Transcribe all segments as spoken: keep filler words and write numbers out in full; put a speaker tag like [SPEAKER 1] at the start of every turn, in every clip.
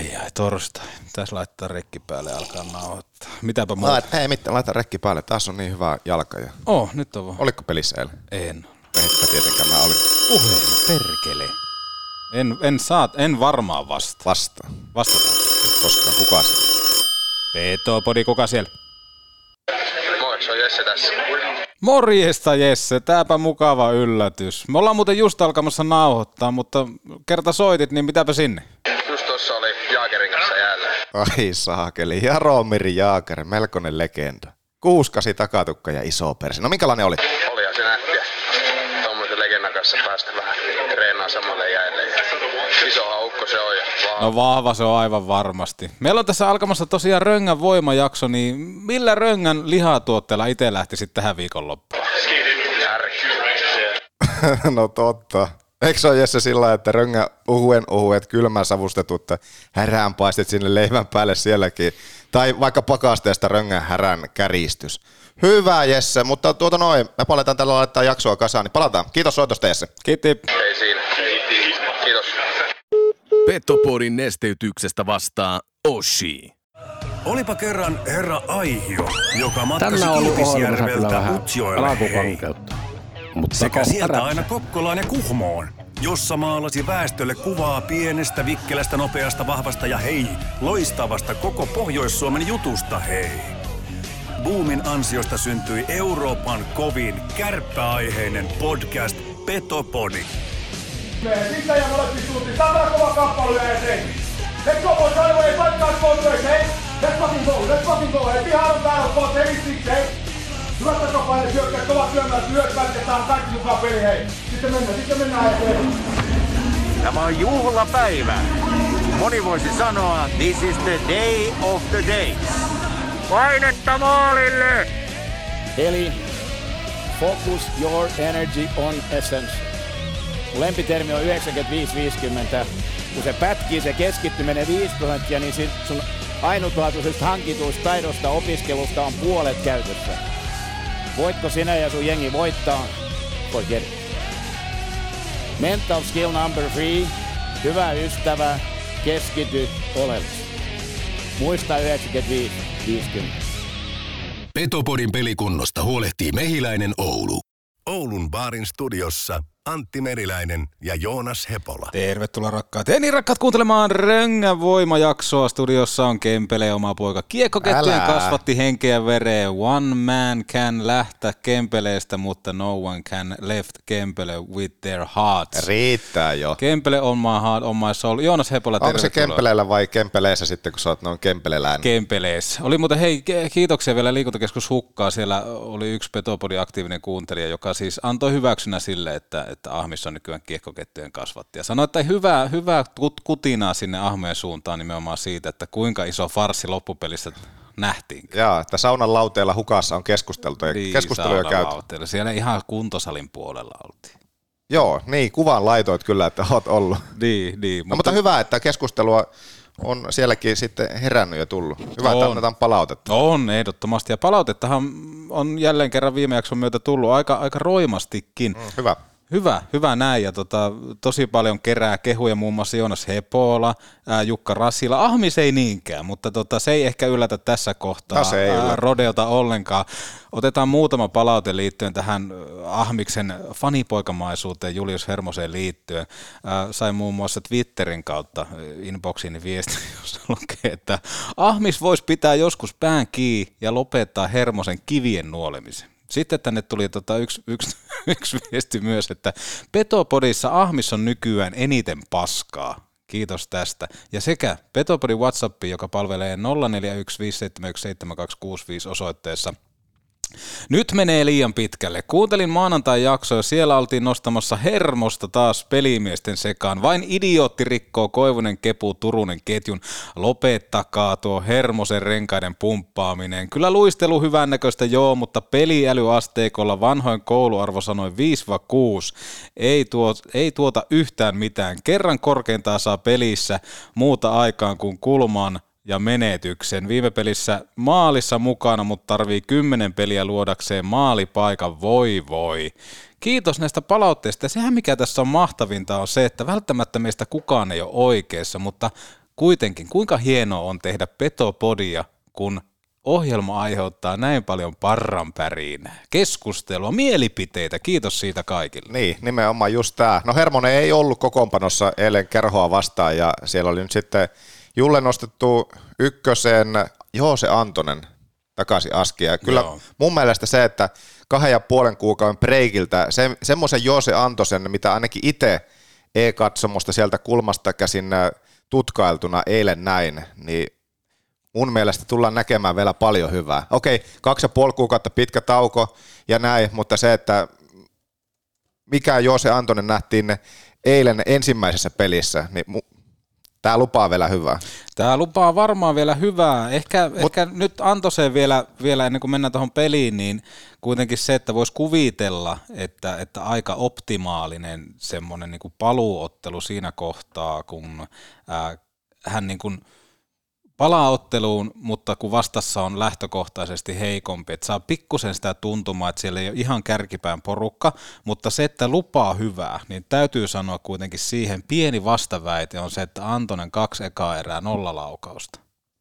[SPEAKER 1] Ai ai, torstai. Tässä laittaa rekki päälle ja alkaa nauhoittaa. Mitäpä muuta?
[SPEAKER 2] Lait, ei mitään, laita rekki päälle. Taas on niin hyvä jalka. Ja...
[SPEAKER 1] Oh, nyt on vaan.
[SPEAKER 2] Oliko pelissä eilen?
[SPEAKER 1] En.
[SPEAKER 2] Eipä tietenkään, mä olin.
[SPEAKER 1] Puheen perkele. En, en saat, en varmaan vasta.
[SPEAKER 2] Vastaan.
[SPEAKER 1] Vastataan.
[SPEAKER 2] Et koskaan. Kuka se?
[SPEAKER 1] Petopodi, kuka siellä?
[SPEAKER 3] Moi, se on Jesse tässä.
[SPEAKER 1] Morjesta Jesse, tääpä mukava yllätys. Me ollaan muuten just alkamassa nauhoittaa, mutta kerta soitit, niin mitäpä sinne?
[SPEAKER 3] Just tossa oli Jaakerin kanssa jälleen.
[SPEAKER 2] Ai saakeli, Jaromiri Jaaker, melkoinen legenda. Kuuskasi takatukka ja iso persi. No minkälainen oli?
[SPEAKER 3] Olihan se nättiä. Tommoisen legendan kanssa päästä vähän treenaa samalle jäille. Iso haukko se on ja vahva.
[SPEAKER 1] No vahva se on aivan varmasti. Meillä on tässä alkamassa tosiaan Röngän voimajakso, niin millä Röngän lihatuotteella itse lähtisit tähän viikonloppuun?
[SPEAKER 3] Härki.
[SPEAKER 2] No totta. Eikö se ole Jesse sillä lailla, että Röngän uhuen uhuet kylmän savustetut häränpaistit sinne leivän päälle sielläkin? Tai vaikka pakasteesta Röngän härän käristys. Hyvä Jesse, mutta tuota noin, me paletaan tällä laittaa jaksoa kasaan, niin palataan. Kiitos soitosta Jesse.
[SPEAKER 1] Kiitti.
[SPEAKER 3] Ei siinä. Kiitos.
[SPEAKER 4] Petopodin nesteytyksestä vastaa Oshi.
[SPEAKER 5] Olipa kerran herra Aihio, joka matkasi
[SPEAKER 6] Tänään on ollut ohjelmassa kyllä
[SPEAKER 5] Kilpisjärveltä
[SPEAKER 6] vähän
[SPEAKER 5] Utsjoelle hei.
[SPEAKER 6] alakukankeutta. Mutta
[SPEAKER 5] Sekä sieltä
[SPEAKER 6] ärä-
[SPEAKER 5] aina Kokkolaan ja Kuhmoon, jossa maalasi väestölle kuvaa pienestä, vikkelästä, nopeasta, vahvasta ja hei, loistavasta koko Pohjois-Suomen jutusta hei. Boomin ansiosta syntyi Euroopan kovin kärppäaiheinen podcast Petopodi.
[SPEAKER 7] Sitä ja molempiin suuntiin. Satana kova kappailu ja eteen. Let's go boys, right away, fight guys, both ways, hey? Let's fucking go, let's fucking go, hey? Pihaan on täällä, boss, hey, six, hey? Hyvät takapaine, syökkäät, kovat syömään, syöt, pätketään, kaikki mukaan peli, hei? Sitten mennään, sitten mennään eteen.
[SPEAKER 8] Tämä on juhlapäivä. Moni voisi sanoa, this is the day of the days. Painetta maalille!
[SPEAKER 6] Eli focus your energy on essence. Mun lempitermi on yhdeksänkymmentäviisi viisikymmentä. Kun se pätkii, se keskittyminen viisi prosenttia, niin sit sun ainutlaatuisesta hankituista taidosta opiskelusta on puolet käytössä. Voitko sinä ja sun jengi voittaa? Forget it. Mental skill number three. Hyvä ystävä, keskity oleellisesti. Muista yhdeksänkymmentäviisi viisikymmentä.
[SPEAKER 4] Petopodin pelikunnosta huolehtii Mehiläinen Oulu.
[SPEAKER 5] Oulun baarin studiossa Antti Meriläinen ja Joonas Hepola.
[SPEAKER 1] Tervetuloa rakkaat. Ja niin rakkaat kuuntelemaan Röngän voimajaksoa. Studiossa on Kempele, oma poika. Kiekkokettujen kasvatti henkeä ja vereä. One man can lähteä Kempeleestä, mutta no one can left Kempele with their hearts.
[SPEAKER 2] Riittää jo.
[SPEAKER 1] Kempele on my heart, on my soul. Joonas Hepola, tervetuloa.
[SPEAKER 2] Onko se Kempeleellä vai Kempeleessä sitten, kun sä oot noin kempeleläinen?
[SPEAKER 1] Kempeleessä. Oli muuten, hei, kiitoksia vielä Liikuntakeskus Hukkaa. Siellä oli yksi Petopodin aktiivinen kuuntelija, joka siis antoi hyväksynä sille, että, että Ahmissa on nykyään kiekkokettujen kasvatti. Sanoi, että hyvää, hyvää kutinaa sinne Ahmojen suuntaan nimenomaan siitä, että kuinka iso farssi loppupelissä nähtiin.
[SPEAKER 2] Joo, että saunan lauteella Hukassa on keskusteltu ja
[SPEAKER 1] niin,
[SPEAKER 2] keskusteluja käyty.
[SPEAKER 1] Lauteella. Siellä ihan kuntosalin puolella oltiin.
[SPEAKER 2] Joo, niin, kuvan laitoit kyllä, että oot ollut.
[SPEAKER 1] Niin, niin.
[SPEAKER 2] No, mutta hyvä, että keskustelua on sielläkin sitten herännyt ja tullut. Hyvä, että annetaan palautetta.
[SPEAKER 1] On, ehdottomasti. Ja palautettahan on jälleen kerran viime jakson myötä tullut aika, aika roimastikin.
[SPEAKER 2] Mm, hyvä.
[SPEAKER 1] Hyvä, hyvä näin, ja tota, tosi paljon kerää kehuja muun muassa Joonas Hepola, ää, Jukka Rasila, Ahmis ei niinkään, mutta tota, se ei ehkä yllätä tässä kohtaa
[SPEAKER 2] no,
[SPEAKER 1] ää, Rodeota ollenkaan. Otetaan muutama palaute liittyen tähän Ahmiksen fanipoikamaisuuteen Julius Hermoseen liittyen. Ää, sain muun muassa Twitterin kautta inboxiini viesti, jossa lukee, että Ahmis voisi pitää joskus pään kiinni ja lopettaa Hermosen kivien nuolemisen. Sitten tänne tuli tota yksi, yksi, yksi viesti myös, että Petopodissa Ahmis on nykyään eniten paskaa. Kiitos tästä. Ja sekä Petopodin WhatsApp, joka palvelee nolla neljä yksi viisi seitsemän yksi seitsemän kaksi kuusi viisi osoitteessa. Nyt menee liian pitkälle. Kuuntelin maanantai-jaksoa ja siellä oltiin nostamassa Hermosta taas pelimiesten sekaan. Vain idiootti rikkoo Koivunen, Kepu, Turunen ketjun. Lopettakaa tuo Hermosen renkaiden pumppaaminen. Kyllä luistelu hyvännäköistä joo, mutta peliälyasteikolla vanhoin kouluarvo sanoi viisi kuusi. Ei, tuo, ei tuota yhtään mitään. Kerran korkeintaan saa pelissä muuta aikaan kuin kulman ja menetyksen. Viime pelissä maalissa mukana, mutta tarvii kymmenen peliä luodakseen maalipaikan. Voi voi. Kiitos näistä palautteista. Ja sehän mikä tässä on mahtavinta on se, että välttämättä meistä kukaan ei ole oikeassa, mutta kuitenkin kuinka hienoa on tehdä Petopodia, kun ohjelma aiheuttaa näin paljon parranpäriin keskustelua, mielipiteitä. Kiitos siitä kaikille.
[SPEAKER 2] Niin, nimenomaan just tämä. No Hermonen ei ollut kokoonpanossa eilen Kerhoa vastaan ja siellä oli nyt sitten Julle nostettu ykkösen Joose Antonen takaisin Askia. Ja kyllä Joo. mun mielestä se, että kahden ja puolen kuukauden breikiltä se, semmoisen Joose Antosen, mitä ainakin itse e-katsomosta sieltä kulmasta käsin tutkailtuna eilen näin, niin mun mielestä tullaan näkemään vielä paljon hyvää. Okei, kaksi ja puoli kuukautta pitkä tauko ja näin, mutta se, että mikä Joose Antonen nähtiin eilen ensimmäisessä pelissä, niin mu- tämä lupaa vielä hyvää.
[SPEAKER 1] Tämä lupaa varmaan vielä hyvää. Ehkä, Mut, ehkä nyt Antoseen vielä, vielä ennen kuin mennään tuohon peliin, niin kuitenkin se, että voisi kuvitella, että, että aika optimaalinen semmoinen niin kuin paluuottelu siinä kohtaa, kun ää, hän niin kuin palaa otteluun, mutta kun vastassa on lähtökohtaisesti heikompi, että saa pikkusen sitä tuntumaa, että siellä ei ole ihan kärkipään porukka, mutta se, että lupaa hyvää, niin täytyy sanoa kuitenkin siihen pieni vastaväite on se, että Antonen kaksi ekaa erää nolla laukausta.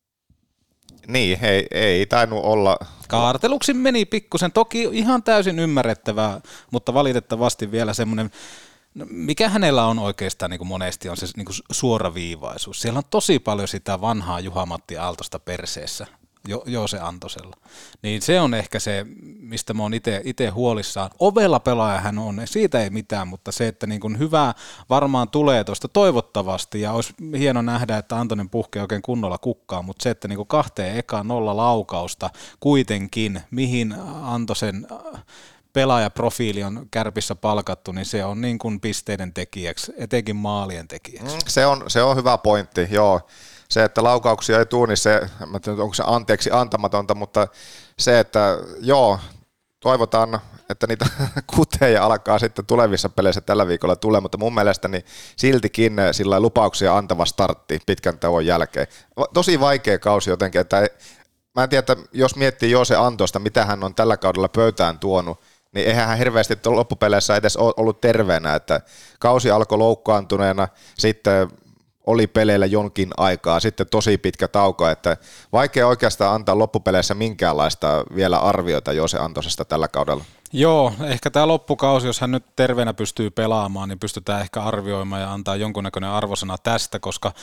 [SPEAKER 2] Niin, ei, ei tainnut olla.
[SPEAKER 1] Kaarteluksi meni pikkusen, toki ihan täysin ymmärrettävää, mutta valitettavasti vielä semmoinen. No, mikä hänellä on oikeastaan niin kuin monesti on se niin kuin suoraviivaisuus. Siellä on tosi paljon sitä vanhaa Juha-Matti Aaltosta perseessä, jo, Joose Antosella. Niin se on ehkä se, mistä mä oon itse huolissaan. Ovella pelaaja hän on, siitä ei mitään, mutta se, että niin kuin hyvää varmaan tulee tuosta toivottavasti ja olisi hieno nähdä, että Antonen puhkee oikein kunnolla kukkaa, mutta se, että niin kuin kahteen ekaan nolla laukausta kuitenkin, mihin Antosen pelaajaprofiili on Kärpissä palkattu, niin se on niin kuin pisteiden tekijäksi, etenkin maalien tekijäksi.
[SPEAKER 2] Se on, se on hyvä pointti, joo. Se, että laukauksia ei tule, niin se, mä tiedän, onko se anteeksi antamatonta, mutta se, että joo, toivotaan, että niitä kuteja alkaa sitten tulevissa peleissä tällä viikolla tulee, mutta mun mielestä niin siltikin sillä lupauksia antava startti pitkän tauon jälkeen. Tosi vaikea kausi jotenkin, että mä en tiedä, että jos miettii Joose Antosta, mitä hän on tällä kaudella pöytään tuonut, niin eihän hän hirveästi loppupeleissä edes ollut terveenä, että kausi alkoi loukkaantuneena, sitten oli peleillä jonkin aikaa, sitten tosi pitkä tauko, että vaikea oikeastaan antaa loppupeleissä minkäänlaista vielä arviota Joose Antosesta tällä kaudella.
[SPEAKER 1] Joo, ehkä tämä loppukausi, jos hän nyt terveenä pystyy pelaamaan, niin pystytään ehkä arvioimaan ja antaa jonkunnäköinen arvosana tästä, koska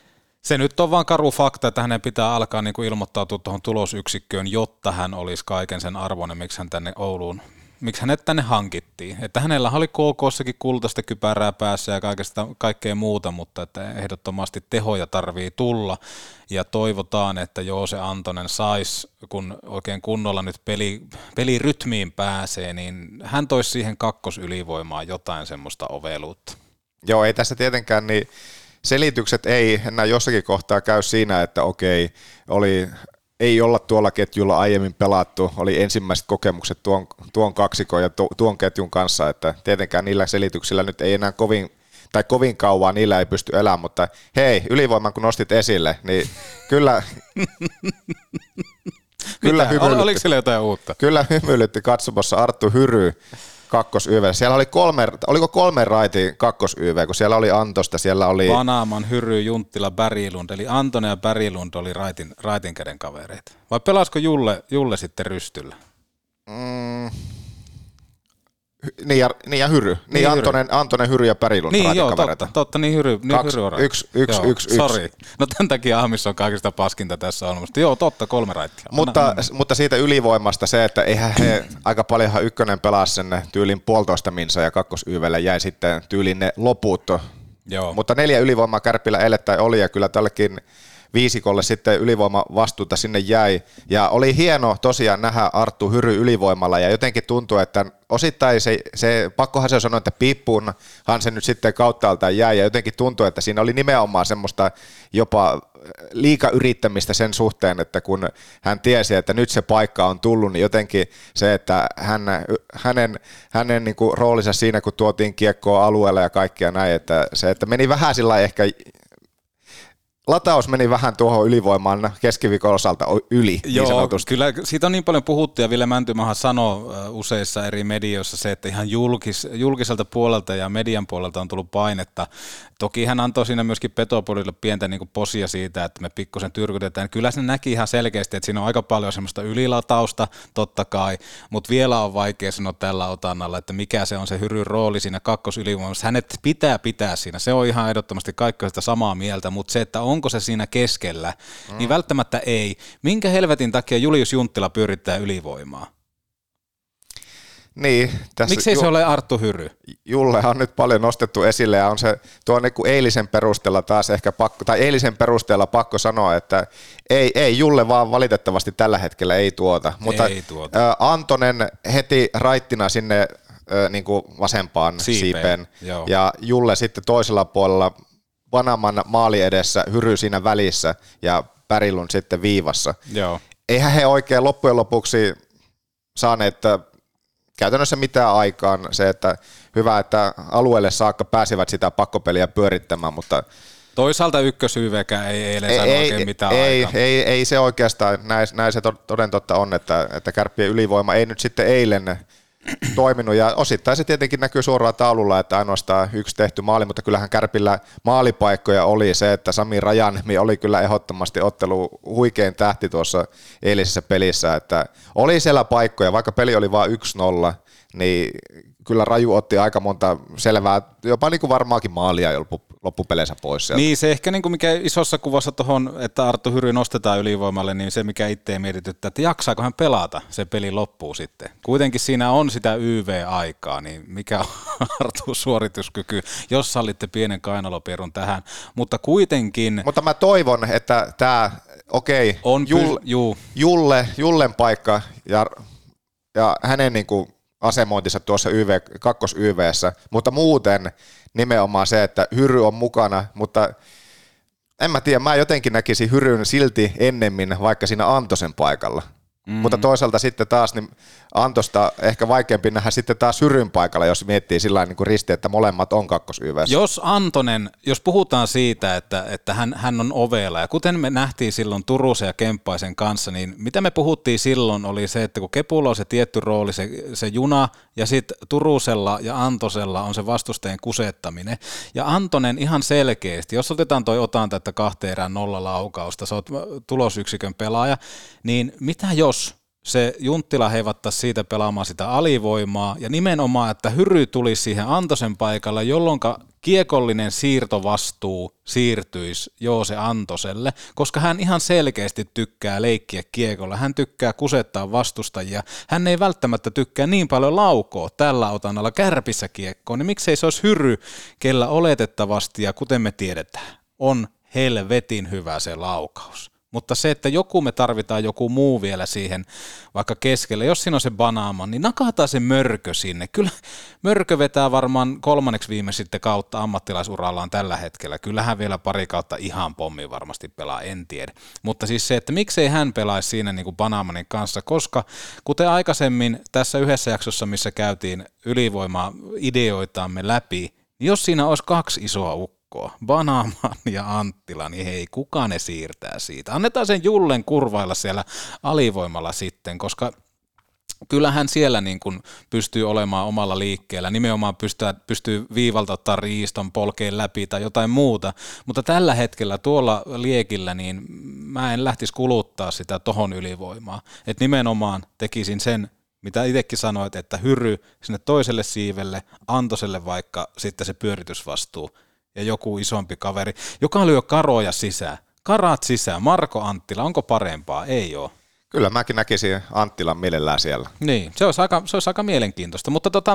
[SPEAKER 1] se nyt on vaan karu fakta, että hänen pitää alkaa niin kuin ilmoittautua tuohon tulosyksikköön, jotta hän olisi kaiken sen arvoinen, miksi hän tänne Ouluun, miksi hänet tänne hankittiin. Että hänellä oli K K:ssakin kultaista kypärää päässä ja kaikesta, kaikkea muuta, mutta että ehdottomasti tehoja tarvii tulla. Ja toivotaan, että Joose Antonen saisi, kun oikein kunnolla nyt peli, pelirytmiin pääsee, niin hän toisi siihen kakkosylivoimaan jotain semmoista oveluutta.
[SPEAKER 2] Joo, ei tässä tietenkään niin. Selitykset ei enää jossakin kohtaa käy siinä, että okei, oli, ei olla tuolla ketjulla aiemmin pelattu, oli ensimmäiset kokemukset tuon, tuon kaksikon ja tuon ketjun kanssa, että tietenkään niillä selityksillä nyt ei enää kovin, tai kovin kauan niillä ei pysty elämään, mutta hei, ylivoiman kun nostit esille, niin kyllä, kyllä hymyilytti,
[SPEAKER 1] oliko siellä jotain uutta?
[SPEAKER 2] Kyllä hymyilytti katsomassa Arttu Hyry, kakkos-Y V. Siellä oli kolme, oliko kolme raitin kakkos-Y V, kun siellä oli Antosta, siellä oli
[SPEAKER 1] Vanaaman, Hyry, Junttila, Berglund, eli Antonen ja Berglund oli raitin, raitin käden kavereita. Vai pelasko Julle, Julle sitten rystyllä?
[SPEAKER 2] Mm, niin, ja, niin ja Hyry. Niin, niin Antonen, Hyry. Antonen, Hyry ja Berglund
[SPEAKER 1] niin,
[SPEAKER 2] raitin
[SPEAKER 1] joo,
[SPEAKER 2] kavereita.
[SPEAKER 1] Totta, totta, niin Hyry, niin
[SPEAKER 2] Kaksi,
[SPEAKER 1] Hyry on
[SPEAKER 2] yksi, yksi,
[SPEAKER 1] joo,
[SPEAKER 2] yksi,
[SPEAKER 1] sorry. yksi. No tämän takia Ahmissa on kaikista paskinta tässä olemassa. Joo, totta, kolme raittia.
[SPEAKER 2] Mutta, Anna, mutta siitä ylivoimasta se, että eihän he aika paljonhan ykkönen pelasi sen tyylin puolitoista minsa ja kakkos-Y V:lle jäi sitten tyylin ne loput.
[SPEAKER 1] Joo.
[SPEAKER 2] Mutta neljä ylivoimaa Kärpillä elettäin oli ja kyllä tällekin viisikolle sitten ylivoima vastuuta sinne jäi. Ja oli hieno tosiaan nähdä Arttu Hyry ylivoimalla ja jotenkin tuntuu, että osittain se, se pakkohan se sanoa, että piippuunhan se nyt sitten kauttaaltaan jäi ja jotenkin tuntuu, että siinä oli nimenomaan semmoista jopa liikayrittämistä sen suhteen, että kun hän tiesi, että nyt se paikka on tullut, niin jotenkin se, että hän, hänen, hänen niin kuin roolinsa siinä, kun tuotiin kiekkoa alueelle ja kaikkia näin, että se, että meni vähän sillä ehkä lataus meni vähän tuohon ylivoimaan keskiviikon osalta yli, niin
[SPEAKER 1] Joo,
[SPEAKER 2] sanotusti.
[SPEAKER 1] kyllä siitä on niin paljon puhuttu ja Ville Mäntymähän sanoi useissa eri medioissa se, että ihan julkis, julkiselta puolelta ja median puolelta on tullut painetta. Toki hän antoi siinä myöskin Petopodille pientä niin kuin posia siitä, että me pikkusen tyrkytetään. Kyllä se näki ihan selkeästi, että siinä on aika paljon semmoista ylilatausta, totta kai, mutta vielä on vaikea sanoa tällä otannalla, että mikä se on se Hyryn rooli siinä kakkosylivoimassa. Hänet pitää pitää siinä, se on ihan ehdottomasti kaikki sitä samaa mieltä, mutta se, että onko se siinä keskellä, mm. niin välttämättä ei. Minkä helvetin takia Julius Junttila pyörittää ylivoimaa?
[SPEAKER 2] Niin, tässä
[SPEAKER 1] Miksei Ju- se ole Arttu Hyry?
[SPEAKER 2] Julle on nyt paljon nostettu esille ja on se tuo niin kuin eilisen perusteella taas ehkä pakko, tai eilisen perusteella pakko sanoa, että ei, ei Julle vaan valitettavasti tällä hetkellä ei tuota. Mutta
[SPEAKER 1] ei tuota.
[SPEAKER 2] Ä, Antonen heti raittina sinne ä, niin kuin vasempaan siipeen, siipeen ja Julle sitten toisella puolella Vanaman maali edessä, Hyry siinä välissä ja Pärilun sitten viivassa.
[SPEAKER 1] Joo.
[SPEAKER 2] Eihän he oikein loppujen lopuksi saaneet käytännössä mitään aikaan. Se, että hyvä, että alueelle saakka pääsivät sitä pakkopeliä pyörittämään, mutta
[SPEAKER 1] toisaalta ykkösyyveekään ei eilen sano oikein mitään
[SPEAKER 2] ei,
[SPEAKER 1] aikaa.
[SPEAKER 2] Ei, ei se oikeastaan, näin, näin se toden totta on, että, että Kärppien ylivoima ei nyt sitten eilen toiminut ja osittain se tietenkin näkyy suoraan taululla, että ainoastaan yksi tehty maali, mutta kyllähän Kärpillä maalipaikkoja oli se, että Sami Rajanemi oli kyllä ehdottomasti ottelu huikein tähti tuossa eilisessä pelissä, että oli siellä paikkoja, vaikka peli oli vain yksi nolla, niin kyllä Raju otti aika monta selvää, jopa niin kuin varmaankin maalia loppupeleissä pois sieltä.
[SPEAKER 1] Niin se ehkä niin kuin mikä isossa kuvassa tuohon, että Arttu Hyry nostetaan ylivoimalle, niin se mikä itse mietityttää, että jaksaako hän pelata se peli loppuu sitten. Kuitenkin siinä on sitä Y V-aikaa, niin mikä on Artun suorituskyky, jos sallitte pienen kainalopierun tähän, mutta kuitenkin.
[SPEAKER 2] Mutta mä toivon, että tämä, okei,
[SPEAKER 1] on
[SPEAKER 2] Julle,
[SPEAKER 1] juu.
[SPEAKER 2] Julle, Jullen paikka ja, ja hänen niin kuin asemointinsa tuossa Y V, kakkos Y V:ssä, mutta muuten nimenomaan se, että Hyry on mukana, mutta en mä tiedä, mä jotenkin näkisin Hyryn silti ennemmin vaikka siinä Antosen paikalla. Mm-hmm. Mutta toisaalta sitten taas niin Antosta ehkä vaikeampi nähdä sitten taas Hyryn paikalla, jos miettii sillä niin kuin risti, että molemmat on kakkos Y V:ssä.
[SPEAKER 1] Jos Antonen, jos puhutaan siitä, että, että hän, hän on ovela, ja kuten me nähtiin silloin Turusen ja Kemppaisen kanssa, niin mitä me puhuttiin silloin oli se, että kun Kepulla on se tietty rooli, se, se juna, ja sitten Turusella ja Antosella on se vastustajien kusettaminen, ja Antonen ihan selkeästi, jos otetaan toi otanta, että kahteen erään nolla laukausta, sä oot tulosyksikön pelaaja, niin mitä jos se Junttila heivattaisi siitä pelaamaan sitä alivoimaa ja nimenomaan, että Hyry tulisi siihen Antosen paikalla, jolloin kiekollinen siirtovastuu siirtyisi Joose Antoselle, koska hän ihan selkeästi tykkää leikkiä kiekolla, hän tykkää kusettaa vastustajia, hän ei välttämättä tykkää niin paljon laukoa tällä otannalla Kärpissä kiekkoon, niin miksei se olisi Hyry, kellä oletettavasti ja kuten me tiedetään, on helvetin hyvä se laukaus. Mutta se, että joku me tarvitaan joku muu vielä siihen vaikka keskelle, jos siinä on se Banaaman, niin nakataan se Mörkö sinne. Kyllä Mörkö vetää varmaan kolmanneksi viime sitten kautta ammattilaisurallaan tällä hetkellä. Kyllähän vielä pari kautta ihan pommi varmasti pelaa, en tiedä. Mutta siis se, että miksei hän pelaisi siinä niin kuin Banaamanin kanssa, koska kuten aikaisemmin tässä yhdessä jaksossa, missä käytiin ylivoimaa ideoitaamme läpi, niin jos siinä olisi kaksi isoa ukkoa, Banaaman ja Anttila, niin hei, kuka ne siirtää siitä? Annetaan sen Jullen kurvailla siellä alivoimalla sitten, koska kyllähän siellä niin kuin pystyy olemaan omalla liikkeellä, nimenomaan pystyy, pystyy viivalta ottaa riiston, polkeen läpi tai jotain muuta, mutta tällä hetkellä tuolla liekillä niin mä en lähtisi kuluttaa sitä tohon ylivoimaa, että nimenomaan tekisin sen, mitä itsekin sanoit, että Hyry sinne toiselle siivelle, Antoselle vaikka sitten se pyöritysvastuu, ja joku isompi kaveri, joka lyö karoja sisään. Karat sisään. Marko Anttila, onko parempaa? Ei ole.
[SPEAKER 2] Kyllä mäkin näkisin Anttilan mielellään siellä.
[SPEAKER 1] Niin, se olisi aika, se olisi aika mielenkiintoista, mutta tota,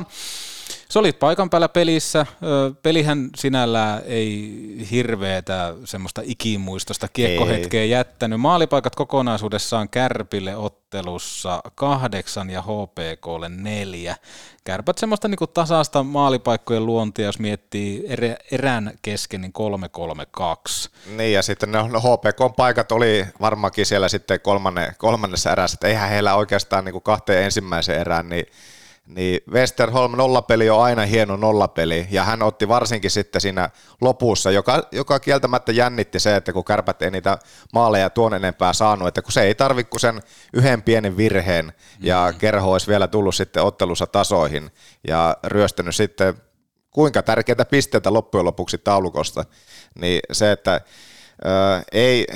[SPEAKER 1] se oli paikan päällä pelissä. Pelihän sinällään ei hirveetä semmoista ikimuistosta kiekkohetkeä ei jättänyt. Maalipaikat kokonaisuudessaan Kärpille ottelussa kahdeksan ja H P K:lle neljä. Kärpät semmoista niinku tasaista maalipaikkojen luontia, jos miettii erä, erän kesken, niin kolme kolme kaksi.
[SPEAKER 2] Niin ja sitten no, no H P K-paikat oli varmaankin siellä sitten kolmanne, kolmannessa erässä, että eihän heillä oikeastaan niinku kahteen ensimmäiseen erään, niin niin Westerholm nollapeli on aina hieno nollapeli, ja hän otti varsinkin sitten siinä lopussa, joka, joka kieltämättä jännitti se, että kun Kärpät ei niitä maaleja tuon enempää saanut, että kun se ei tarvitse kuin sen yhden pienen virheen, ja mm. Kerho olisi vielä tullut sitten ottelussa tasoihin, ja ryöstänyt sitten kuinka tärkeitä pisteitä loppujen lopuksi taulukosta, niin se, että ö, ei,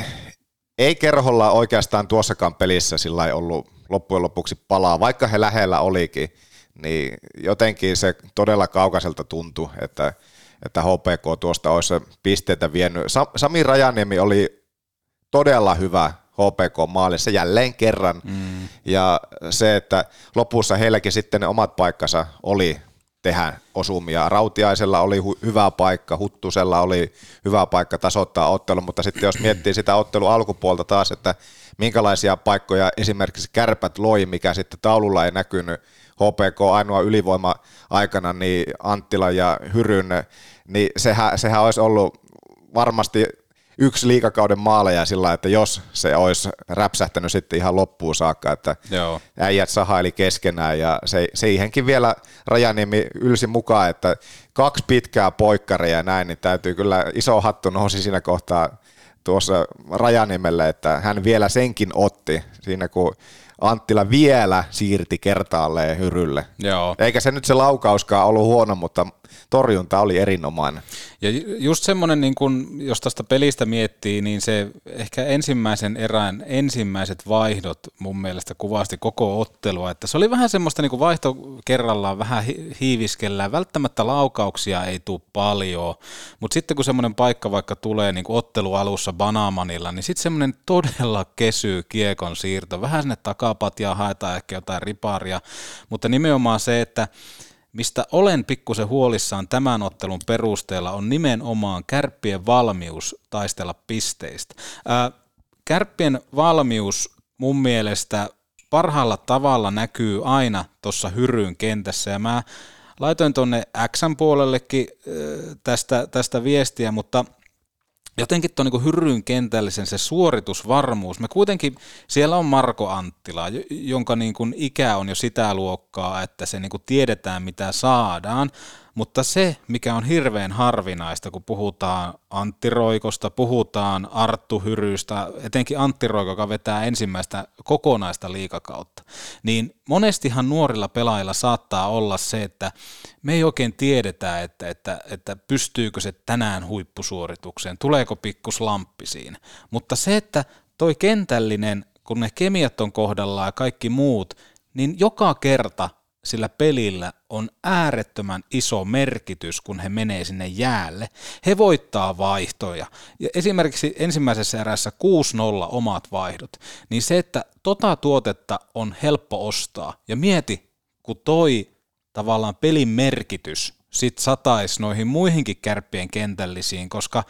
[SPEAKER 2] ei Kerholla oikeastaan tuossakaan pelissä sillä ei ollut loppujen lopuksi palaa, vaikka he lähellä olikin, niin jotenkin se todella kaukaiselta tuntui, että, että H P K tuosta olisi pisteitä vienyt. Sami Rajaniemi oli todella hyvä H P K-maalissa jälleen kerran, mm. ja se, että lopussa heilläkin sitten ne omat paikkansa oli tehdä osumia. Rautiaisella oli hu- hyvä paikka, Huttusella oli hyvä paikka tasoittaa ottelu, mutta sitten jos miettii sitä ottelun alkupuolta taas, että minkälaisia paikkoja esimerkiksi Kärpät loi, mikä sitten taululla ei näkynyt, H P K ainoa ylivoima aikana, niin Anttila ja Hyryn, niin sehän, sehän olisi ollut varmasti yksi liigakauden maaleja sillä, että jos se olisi räpsähtänyt sitten ihan loppuun saakka, että Joo. äijät sahaili keskenään ja se, siihenkin vielä Rajaniemi ylsi mukaan, että kaksi pitkää poikkaria ja näin, niin täytyy kyllä iso hattu nousi siinä kohtaa tuossa Rajaniemelle, että hän vielä senkin otti siinä, kun Anttila vielä siirti kertaalleen Hyrylle. Joo. Eikä se nyt se laukauskaan ollut huono, mutta torjunta oli erinomainen.
[SPEAKER 1] Ja just semmoinen, niin kun, jos tästä pelistä miettii, niin se ehkä ensimmäisen erään ensimmäiset vaihdot mun mielestä kuvasti koko ottelua, että se oli vähän semmoista niin kuin vaihto kerrallaan, vähän hiiviskellään, välttämättä laukauksia ei tule paljon, mutta sitten kun semmoinen paikka vaikka tulee niin kuin ottelu alussa Banamanilla, niin sitten semmoinen todella kesy kiekon siirto, vähän sinne takapatjaa haetaan ehkä jotain riparia, mutta nimenomaan se, että mistä olen pikkusen huolissaan tämän ottelun perusteella, on nimenomaan Kärppien valmius taistella pisteistä. Ää, Kärppien valmius mun mielestä parhaalla tavalla näkyy aina tuossa Hyryn kentässä, ja mä laitoin tuonne X:n puolellekin tästä, tästä viestiä, mutta jotenkin tuon niin Hyryn kentällisen se suoritusvarmuus, me kuitenkin, siellä on Marko Anttila, jonka niin kuin ikä on jo sitä luokkaa, että se niin kuin tiedetään mitä saadaan, mutta se, mikä on hirveän harvinaista, kun puhutaan Antti Roikosta, puhutaan Arttu Hyrystä, etenkin Antti Roiko, joka vetää ensimmäistä kokonaista liigakautta, niin monestihan nuorilla pelaajilla saattaa olla se, että me ei oikein tiedetä, että, että, että pystyykö se tänään huippusuoritukseen, tuleeko pikkus lamppi siinä, mutta se, että toi kentällinen, kun ne kemiat on kohdallaan ja kaikki muut, niin joka kerta sillä pelillä on äärettömän iso merkitys, kun he menee sinne jäälle. He voittaa vaihtoja. Ja esimerkiksi ensimmäisessä erässä kuusi nolla omat vaihdot, niin se, että tota tuotetta on helppo ostaa. Ja mieti, kun toi tavallaan pelin merkitys sit sataisi noihin muihinkin Kärppien kentällisiin, koska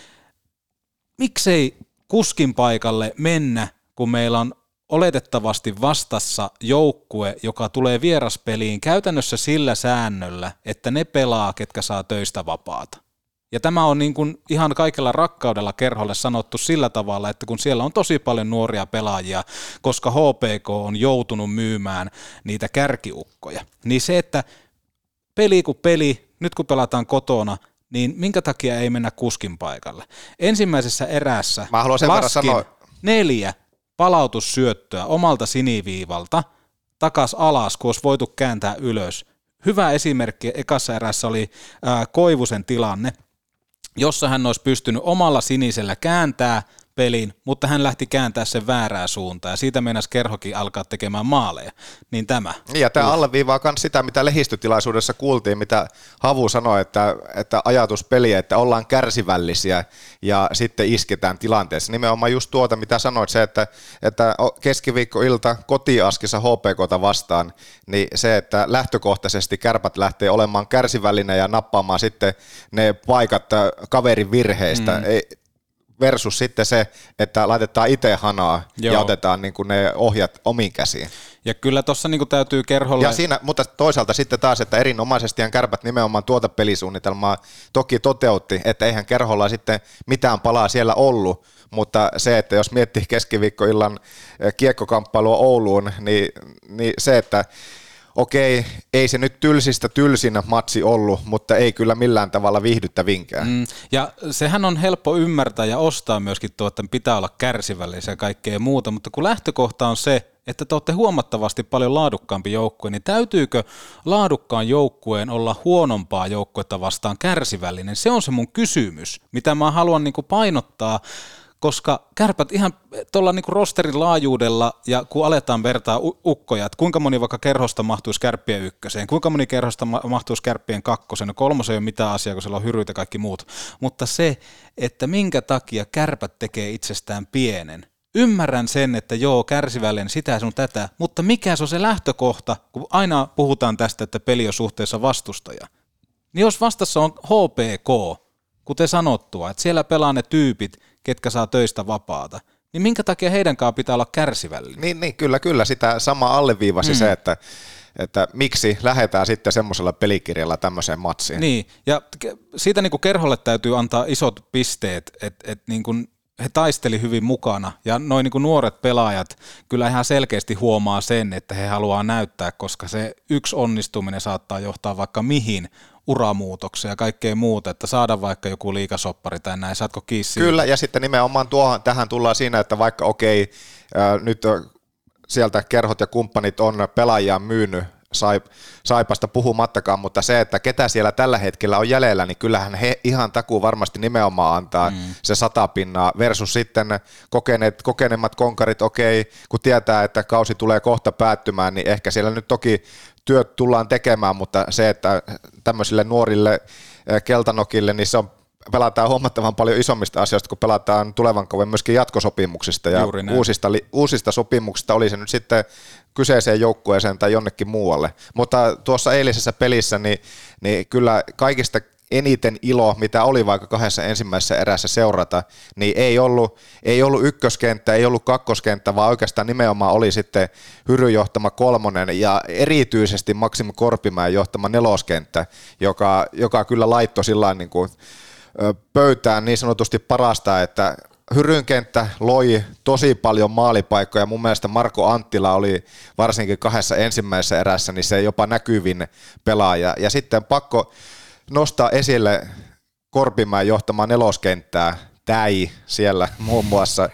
[SPEAKER 1] miksei kuskin paikalle mennä, kun meillä on oletettavasti vastassa joukkue, joka tulee vieraspeliin käytännössä sillä säännöllä, että ne pelaa, ketkä saa töistä vapaata. Ja tämä on niin kuin ihan kaikella rakkaudella Kerholle sanottu sillä tavalla, että kun siellä on tosi paljon nuoria pelaajia, koska H P K on joutunut myymään niitä kärkiukkoja, niin se, että peli kuin peli, nyt kun pelataan kotona, niin minkä takia ei mennä kuskin paikalle? Ensimmäisessä erässä laskin neljä palautussyöttöä omalta siniviivalta takas alas, kun olisi voitu kääntää ylös. Hyvä esimerkki ekassa erässä oli ää, Koivusen tilanne, jossa hän olisi pystynyt omalla sinisellä kääntää pelin, mutta hän lähti kääntää sen väärää suuntaan, ja siitä meinasi Kerhokin alkaa tekemään maaleja. Niin tämä.
[SPEAKER 2] Ja tämä uh. alleviivaa myös sitä, mitä lehdistötilaisuudessa kuultiin, mitä Havu sanoi, että, että ajatuspeliä, että ollaan kärsivällisiä ja sitten isketään tilanteessa. Nimenomaan just tuota, mitä sanoit, se, että, että keskiviikkoilta kotiaskissa H P K:ta vastaan, niin se, että lähtökohtaisesti Kärpät lähtee olemaan kärsivällinen ja nappaamaan sitten ne paikat kaverin virheistä. Mm. Ei, versus sitten se, että laitetaan itse hanaa Joo. ja otetaan niin kuin ne ohjat omiin käsiin.
[SPEAKER 1] Ja kyllä tuossa niin kuin täytyy Kerholle...
[SPEAKER 2] Ja siinä, mutta toisaalta sitten taas, että erinomaisestihan Kärpät nimenomaan tuota pelisuunnitelmaa toki toteutti, että eihän Kerholla sitten mitään palaa siellä ollut, mutta se, että jos miettii keskiviikkoillan kiekkokamppailua Ouluun, niin, niin se, että okei, ei se nyt tylsistä tylsinä matsi ollut, mutta ei kyllä millään tavalla viihdyttävinkään. Mm,
[SPEAKER 1] ja sehän on helppo ymmärtää ja ostaa myöskin tuo, että pitää olla kärsivällisiä ja kaikkea muuta, mutta kun lähtökohta on se, että te olette huomattavasti paljon laadukkaampi joukkue, niin täytyykö laadukkaan joukkueen olla huonompaa joukkuetta vastaan kärsivällinen? Se on se mun kysymys, mitä mä haluan niin kuin painottaa, koska Kärpät ihan tuolla niinku rosterin laajuudella ja kun aletaan vertaa ukkoja, että kuinka moni vaikka kerhosta mahtuisi Kärppien ykköseen, kuinka moni kerhosta mahtuisi Kärppien kakkoseen, no kolmosen ei ole mitään asiaa, kun siellä on Hyryt ja kaikki muut, mutta se, että minkä takia Kärpät tekee itsestään pienen. Ymmärrän sen, että joo, kärsivällinen, sitä sun tätä, mutta mikä se on se lähtökohta, kun aina puhutaan tästä, että peli on suhteessa vastustaja, niin jos vastassa on H P K, kuten sanottua, että siellä pelaa ne tyypit, ketkä saa töistä vapaata, niin minkä takia heidänkaan pitää olla kärsivällinen?
[SPEAKER 2] Niin, niin kyllä, kyllä. Sitä sama alleviivasi mm. se, että, että miksi lähdetään sitten semmoisella pelikirjalla tämmöiseen matsiin.
[SPEAKER 1] Niin, ja siitä niin kuin Kerholle täytyy antaa isot pisteet, että et niin kuin he taisteli hyvin mukana, ja noin niin kuin nuoret pelaajat kyllä ihan selkeästi huomaa sen, että he haluaa näyttää, koska se yksi onnistuminen saattaa johtaa vaikka mihin uramuutoksia ja kaikkea muuta, että saada vaikka joku liigasoppari tai näin, saatko kiinni siitä?
[SPEAKER 2] Kyllä, ja sitten nimenomaan tuohon, tähän tullaan siinä, että vaikka okei, äh, nyt sieltä Kerhot ja kumppanit on pelaajia myynyt, Saip, Saipasta puhumattakaan, mutta se, että ketä siellä tällä hetkellä on jäljellä, niin kyllähän he ihan takuu varmasti nimenomaan antaa mm. se sata pinnaa versus sitten kokeneet, kokeneemmat konkarit, okei, kun tietää, että kausi tulee kohta päättymään, niin ehkä siellä nyt toki työt tullaan tekemään, mutta se, että tämmöisille nuorille keltanokille, niin se on pelataan huomattavan paljon isommista asioista, kun pelataan tulevan kauan myöskin jatkosopimuksista ja uusista, uusista sopimuksista, oli se nyt sitten kyseiseen joukkueeseen tai jonnekin muualle. Mutta tuossa eilisessä pelissä, niin, niin kyllä kaikista eniten ilo, mitä oli vaikka kahdessa ensimmäisessä erässä seurata, niin ei ollut, ei ollut ykköskenttä, ei ollut kakkoskenttä, vaan oikeastaan nimenomaan oli sitten Hyryn johtama kolmonen ja erityisesti Maxim Korpimäen johtama neloskenttä, joka, joka kyllä laittoi sillain niin kuin pöytään niin sanotusti parasta, että Hyryn kenttä loi tosi paljon maalipaikkoja. Mun mielestä Marko Anttila oli varsinkin kahdessa ensimmäisessä erässä, niin se jopa näkyvin pelaaja. Ja sitten pakko nostaa esille Korpimäen johtamaa neloskenttää, Täi siellä muun muassa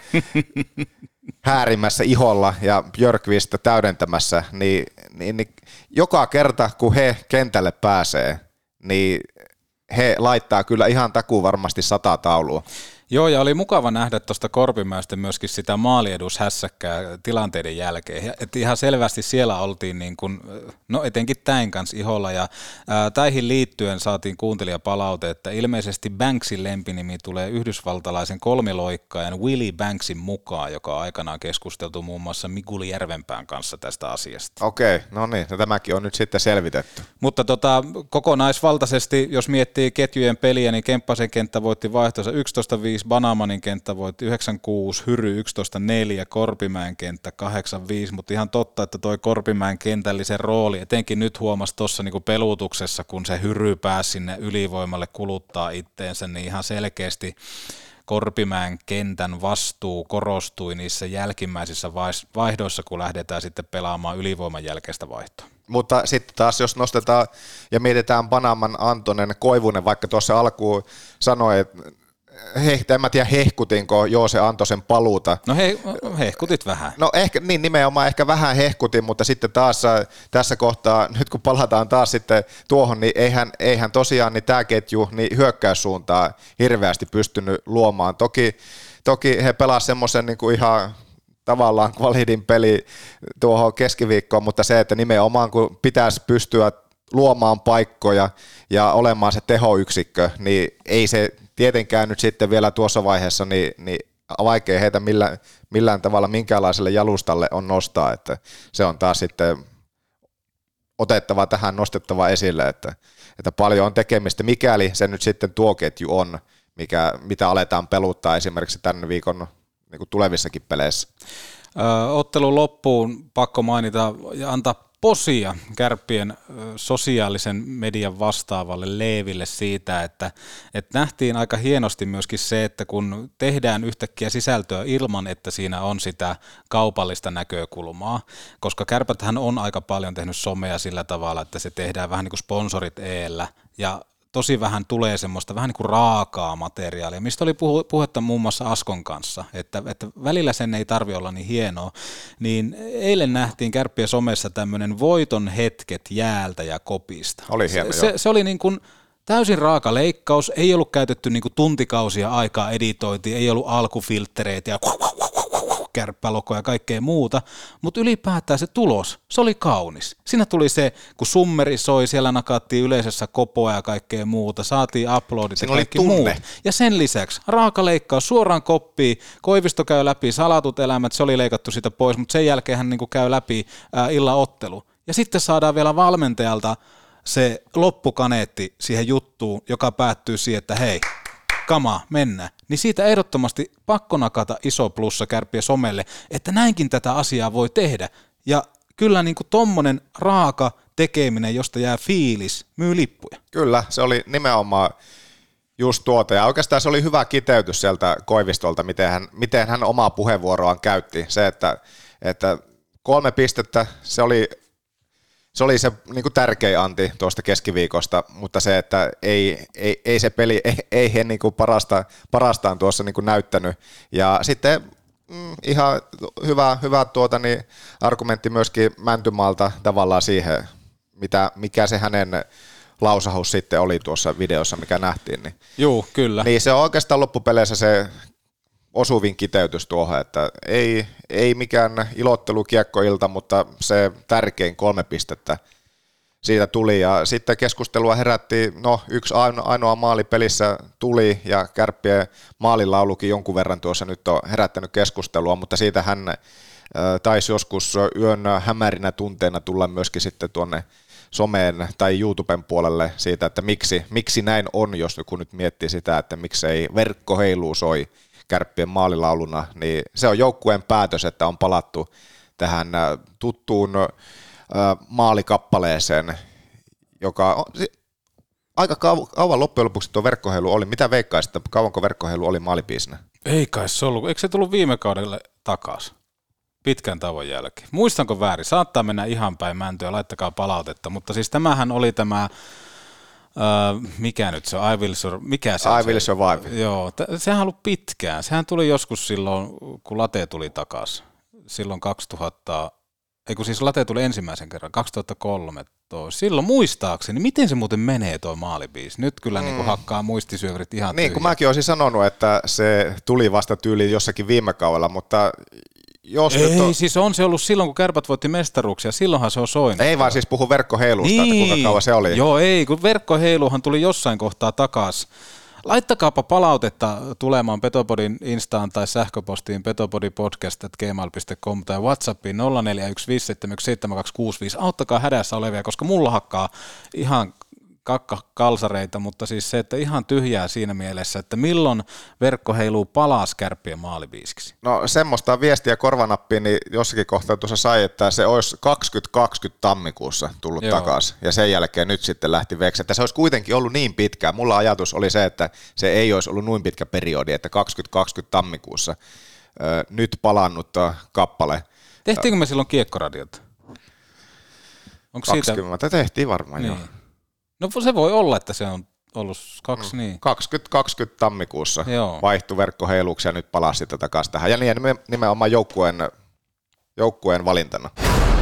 [SPEAKER 2] häärimässä iholla ja Björkvist täydentämässä, niin, niin, niin joka kerta kun he kentälle pääsee, niin he laittaa kyllä ihan takuu varmasti sata taulua.
[SPEAKER 1] Joo, ja oli mukava nähdä tuosta Korpimäestä myöskin sitä maaliedushässäkkää tilanteiden jälkeen. Et ihan selvästi siellä oltiin, niin kun, no etenkin Täin kanssa iholla, ja ää, Täihin liittyen saatiin kuuntelijapalaute, että ilmeisesti Banksin lempinimi tulee yhdysvaltalaisen kolmiloikkaajan Willie Banksin mukaan, joka on aikanaan keskusteltu muun muassa Mikuli Järvenpään kanssa tästä asiasta.
[SPEAKER 2] Okei, no niin, no tämäkin on nyt sitten selvitetty.
[SPEAKER 1] Mutta tota, kokonaisvaltaisesti, jos miettii ketjujen peliä, niin Kemppasen kenttä voitti vaihtoisa yksitoista viisi, Banamanin kenttä voitti yhdeksän kuusi, Hyry yksitoista neljä, Korpimäen kenttä kahdeksan viisi, mutta ihan totta, että toi Korpimäen kentällisen rooli, etenkin nyt huomasi tuossa niinku pelutuksessa, kun se Hyry pääsi sinne ylivoimalle kuluttaa itteensä, niin ihan selkeästi Korpimäen kentän vastuu korostui niissä jälkimmäisissä vaihdoissa, kun lähdetään sitten pelaamaan ylivoiman jälkeistä vaihtoa.
[SPEAKER 2] Mutta sitten taas jos nostetaan ja mietitään Banaman, Antonen, Koivunen, vaikka tuossa alkuun sanoi, että Heh, en mä tiedä hehkutinko Joose Antosen paluuta.
[SPEAKER 1] No he, hehkutit vähän.
[SPEAKER 2] No ehkä, niin nimenomaan ehkä vähän hehkutin, mutta sitten taas tässä kohtaa, nyt kun palataan taas sitten tuohon, niin eihän, eihän tosiaan niin tämä ketju niin hyökkäyssuuntaa hirveästi pystynyt luomaan. Toki, toki he pelasivat semmoisen niin kuin ihan tavallaan validin peli tuohon keskiviikkoon, mutta se, että nimenomaan kun pitäisi pystyä luomaan paikkoja ja olemaan se tehoyksikkö, niin ei se tietenkään nyt sitten vielä tuossa vaiheessa niin, niin vaikea heitä millään, millään tavalla minkäänlaiselle jalustalle on nostaa, että se on taas sitten otettava tähän nostettava esille, että, että paljon on tekemistä, mikäli se nyt sitten tuo ketju on, mikä, mitä aletaan peluttaa esimerkiksi tämän viikon niin kuin tulevissakin peleissä.
[SPEAKER 1] Ö, ottelun loppuun pakko mainita ja antaa posia Kärppien sosiaalisen median vastaavalle Leeville siitä, että, että nähtiin aika hienosti myöskin se, että kun tehdään yhtäkkiä sisältöä ilman, että siinä on sitä kaupallista näkökulmaa, koska Kärpäthän on aika paljon tehnyt somea sillä tavalla, että se tehdään vähän niin kuin sponsorit eellä ja tosi vähän tulee semmoista vähän niin kuin raakaa materiaalia, mistä oli puhu, puhetta muun muassa Askon kanssa, että, että välillä sen ei tarvitse olla niin hienoa, niin eilen nähtiin Kärppien somessa tämmöinen voiton hetket jäältä ja kopista.
[SPEAKER 2] Oli hieno,
[SPEAKER 1] se, se, se oli niin kuin täysin raaka leikkaus, ei ollut käytetty niin kuin tuntikausia aikaa editointiin, ei ollut alkufilttereitä ja kärppälokoja ja kaikkea muuta, mutta ylipäätään se tulos, se oli kaunis. Siinä tuli se, kun summeri soi, siellä nakattiin yleisössä kopoa ja kaikkea muuta, saatiin uploadit
[SPEAKER 2] siinä
[SPEAKER 1] ja kaikki muut. Ja sen lisäksi raakaleikkaus suoraan koppiin, Koivisto käy läpi salatut elämät, se oli leikattu sitä pois, mutta sen jälkeen hän niinku käy läpi ää, illan ottelu. Ja sitten saadaan vielä valmentajalta se loppukaneetti siihen juttuun, joka päättyy siihen, että hei, kamaa, mennään. Niin siitä ehdottomasti pakko nakata iso plussa Kärppien somelle, että näinkin tätä asiaa voi tehdä. Ja kyllä niin kuin tommonen raaka tekeminen, josta jää fiilis, myy lippuja.
[SPEAKER 2] Kyllä, se oli nimenomaan just tuota. Ja oikeastaan se oli hyvä kiteytys sieltä Koivistolta, miten hän, miten hän omaa puheenvuoroaan käytti. Se, että, että kolme pistettä, se oli... Se oli se niin kuin tärkein anti tuosta keskiviikosta, mutta se, että ei, ei, ei se peli, ei, ei he niin kuin parasta, parastaan tuossa niin kuin näyttänyt. Ja sitten mm, ihan hyvä, hyvä tuota, niin argumentti myöskin Mäntymaalta tavallaan siihen, mitä, mikä se hänen lausahus sitten oli tuossa videossa, mikä nähtiin. Niin,
[SPEAKER 1] Juu, kyllä.
[SPEAKER 2] Niin se on oikeastaan loppupeleissä se osuvin kiteytys tuohon, että ei, ei mikään ilottelukiekkoilta, mutta se tärkein kolme pistettä siitä tuli. Ja sitten keskustelua herätti, no yksi ainoa maali pelissä tuli ja Kärppien maalilaulukin jonkun verran tuossa nyt on herättänyt keskustelua, mutta siitä hän äh, taisi joskus yön hämärinä tunteena tulla myöskin sitten tuonne someen tai YouTuben puolelle siitä, että miksi, miksi näin on, jos joku nyt miettii sitä, että miksei verkko heiluu soi Kärppien maalilauluna, niin se on joukkueen päätös, että on palattu tähän tuttuun maalikappaleeseen, joka on aika kauan loppujen lopuksi tuo verkkoheilu oli. Mitä veikkaisit, että kauanko verkkoheilu oli maalibiisinä?
[SPEAKER 1] Ei kai se ollut. Eikö se tullut viime kaudelle takaisin? Pitkän tauon jälkeen. Muistanko väärin? Saattaa mennä ihan päin mäntyä, laittakaa palautetta, mutta siis tämähän oli tämä Uh, mikä nyt se on? I will sur- mikä se
[SPEAKER 2] I will survive.
[SPEAKER 1] Joo, t- sehän on ollut pitkään. Sehän tuli joskus silloin, kun Late tuli takaisin. Silloin kaksituhatta, ei kun siis Late tuli ensimmäisen kerran, kaksituhattakolmetoista. Silloin muistaakseni, miten se muuten menee tuo maalibiisi? Nyt kyllä mm. niin kuin hakkaa muistisyöverit ihan
[SPEAKER 2] Niin,
[SPEAKER 1] tyhjä.
[SPEAKER 2] kun mäkin olisin sanonut, että se tuli vasta tyyliin jossakin viime kaudella, mutta jos
[SPEAKER 1] ei,
[SPEAKER 2] nyt on...
[SPEAKER 1] siis on se ollut silloin, kun Kärpät voitti mestaruuksia, silloinhan se on soinut.
[SPEAKER 2] Ei vaan siis puhu verkkoheilusta, niin. Että kuinka kauan se oli.
[SPEAKER 1] Joo, ei, kun verkkoheiluhan tuli jossain kohtaa takaisin. Laittakaapa palautetta tulemaan Petopodin instaan tai sähköpostiin petopodipodcast at gmail piste com tai WhatsAppiin nolla neljä yksi viisi seitsemän yksi seitsemän kaksi kuusi viisi. Auttakaa hädässä olevia, koska mulla hakkaa ihan kakkakalsareita, mutta siis se, että ihan tyhjää siinä mielessä, että milloin verkko heiluu palas Kärppien maalibiiskiksi.
[SPEAKER 2] No semmoista viestiä korvanappiin, niin jossakin kohtaa tuossa sai, että se olisi kaksituhattakaksikymmentä tammikuussa tullut Joo. takaisin, ja sen jälkeen nyt sitten lähti veksi. Että se olisi kuitenkin ollut niin pitkään. Mulla ajatus oli se, että se ei olisi ollut noin pitkä periodi, että kaksituhattakaksikymmentä tammikuussa ö, nyt palannut kappale.
[SPEAKER 1] Tehtiinkö me silloin Kiekkoradiota?
[SPEAKER 2] Onko kaksikymmentä siitä? Tehtiin varmaan, niin. Joo.
[SPEAKER 1] No se voi olla, että se on ollut kaksi, mm. niin.
[SPEAKER 2] kaksituhattakaksikymmentä tammikuussa
[SPEAKER 1] Joo.
[SPEAKER 2] vaihtui verkkoheiluksi ja nyt palasi sitten takaisin tähän. Ja niin nimenomaan joukkueen, joukkueen valintana.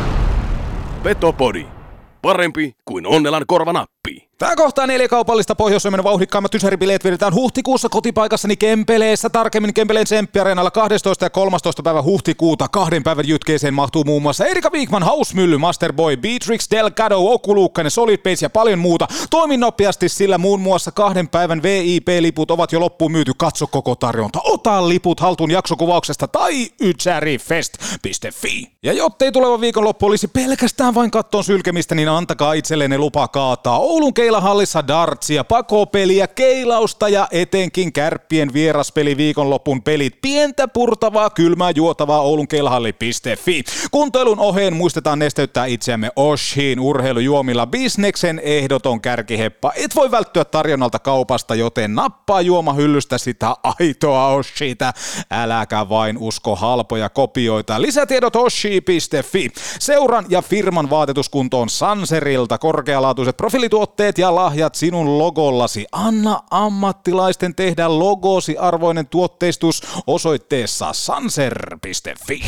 [SPEAKER 4] Petopodi. Parempi kuin Onnelan korvanappi.
[SPEAKER 9] Tää kohtaa neljä kaupallista Pohjois-Suomen vauhdikkaimmat ysäribileet vedetään huhtikuussa kotipaikassani Kempeleessä. Tarkemmin Kempeleen Tsemppi-areenalla kahdestoista ja kolmastoista päivä huhtikuuta. Kahden päivän jytkeeseen mahtuu muun muassa Erika Wigman, Hausmylly, Masterboy, Beatrix, Delgado, Oku Luukkanen, Solid Base ja paljon muuta. Toimi nopeasti, sillä muun muassa kahden päivän V I P-liput ovat jo loppuun myyty. Katso koko tarjonta. Ota liput haltuun jaksokuvauksesta tai ysärifest piste fi. Ja jottei tuleva viikonloppu olisi pelkästään vain kattoon sylkemistä, niin antakaa itsellenne lupa kaataa Oulun Keilahallissa dartsia, pakopeliä, keilausta ja etenkin Kärppien vieraspeli viikonlopun pelit. Pientä purtavaa, kylmää juotavaa oulun keilahalli piste fi. Kuntoilun oheen muistetaan nesteyttää itseämme Oshiin urheilujuomilla. Bisneksen ehdoton kärkiheppa. Et voi välttyä tarjonnalta kaupasta, joten nappaa juomahyllystä sitä aitoa Oshita. Äläkä vain usko halpoja kopioita. Lisätiedot oshi piste fi. Seuran ja firman vaatetuskuntoon Sanserilta. Korkealaatuiset profiilituotteet ja lahjat sinun logollasi. Anna ammattilaisten tehdä logosi arvoinen tuotteistus osoitteessa sanser piste fi.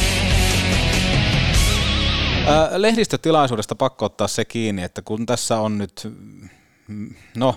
[SPEAKER 9] Lehdistötilaisuudesta pakko ottaa se kiinni, että kun tässä on nyt, no,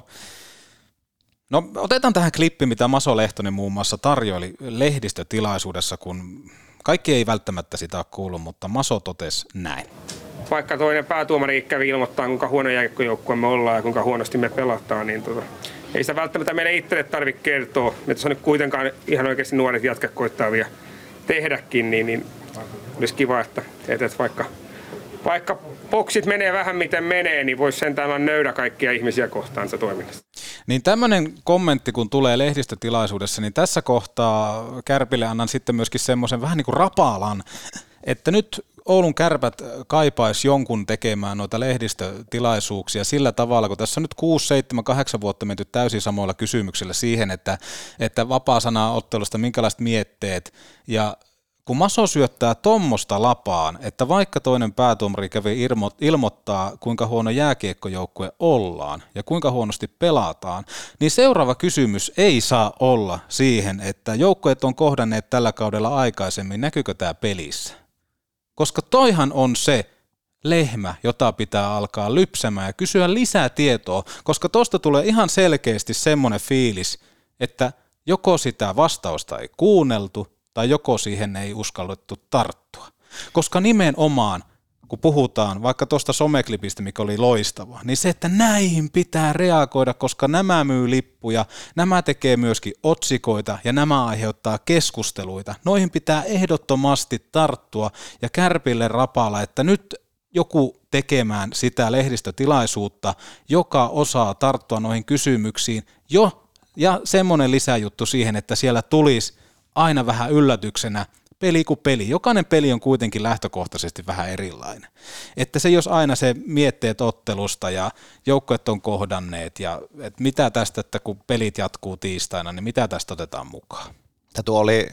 [SPEAKER 9] no otetaan tähän klippi, mitä Maso Lehtonen muun muassa tarjoili lehdistötilaisuudessa, kun kaikki ei välttämättä sitä ole kuullut, mutta Maso totesi näin.
[SPEAKER 10] Vaikka toinen päätuomari kävi ilmoittaa, kuinka huono jääkiekkojoukkue me ollaan ja kuinka huonosti me pelataan, niin tota, ei sitä välttämättä meidän itselle tarvitse kertoa. Me tässä on nyt kuitenkaan ihan oikeasti nuoret jätkät koittaa vielä tehdäkin, niin, niin olisi kiva, että, että vaikka, vaikka boksit menee vähän miten menee, niin voisi sentään olla nöydä kaikkia ihmisiä kohtaan se toiminnasta.
[SPEAKER 9] Niin tämmöinen kommentti, kun tulee lehdistötilaisuudessa, niin tässä kohtaa Kärpille annan sitten myöskin semmoisen vähän niin kuin rapalan, että nyt Oulun Kärpät kaipaisi jonkun tekemään noita lehdistötilaisuuksia sillä tavalla, kun tässä on nyt kuusi, seitsemän, kahdeksan vuotta menty täysin samoilla kysymyksillä siihen, että, että vapaa-sanaa ottelusta, minkälaiset mietteet, ja kun Maso syöttää tommosta lapaan, että vaikka toinen päätuomari kävi ilmo- ilmoittaa, kuinka huono jääkiekkojoukkue ollaan ja kuinka huonosti pelataan, niin seuraava kysymys ei saa olla siihen, että joukkueet on kohdanneet tällä kaudella aikaisemmin, näkyykö tämä pelissä? Koska toihan on se lehmä, jota pitää alkaa lypsämään ja kysyä lisää tietoa, koska tosta tulee ihan selkeästi semmoinen fiilis, että joko sitä vastausta ei kuunneltu tai joko siihen ei uskallettu tarttua. Koska nimenomaan, kun puhutaan vaikka tuosta someklipistä, mikä oli loistava, niin se, että näihin pitää reagoida, koska nämä myy lippuja, nämä tekee myöskin otsikoita ja nämä aiheuttaa keskusteluita. Noihin pitää ehdottomasti tarttua ja Kärpille rapalla, että nyt joku tekemään sitä lehdistötilaisuutta, joka osaa tarttua noihin kysymyksiin jo, ja semmoinen lisäjuttu siihen, että siellä tulisi aina vähän yllätyksenä peli kuin peli. Jokainen peli on kuitenkin lähtökohtaisesti vähän erilainen. Että se jos aina se mietteet ottelusta ja joukkueet on kohdanneet ja että mitä tästä, että kun pelit jatkuu tiistaina, niin mitä tästä otetaan mukaan?
[SPEAKER 2] Tuo oli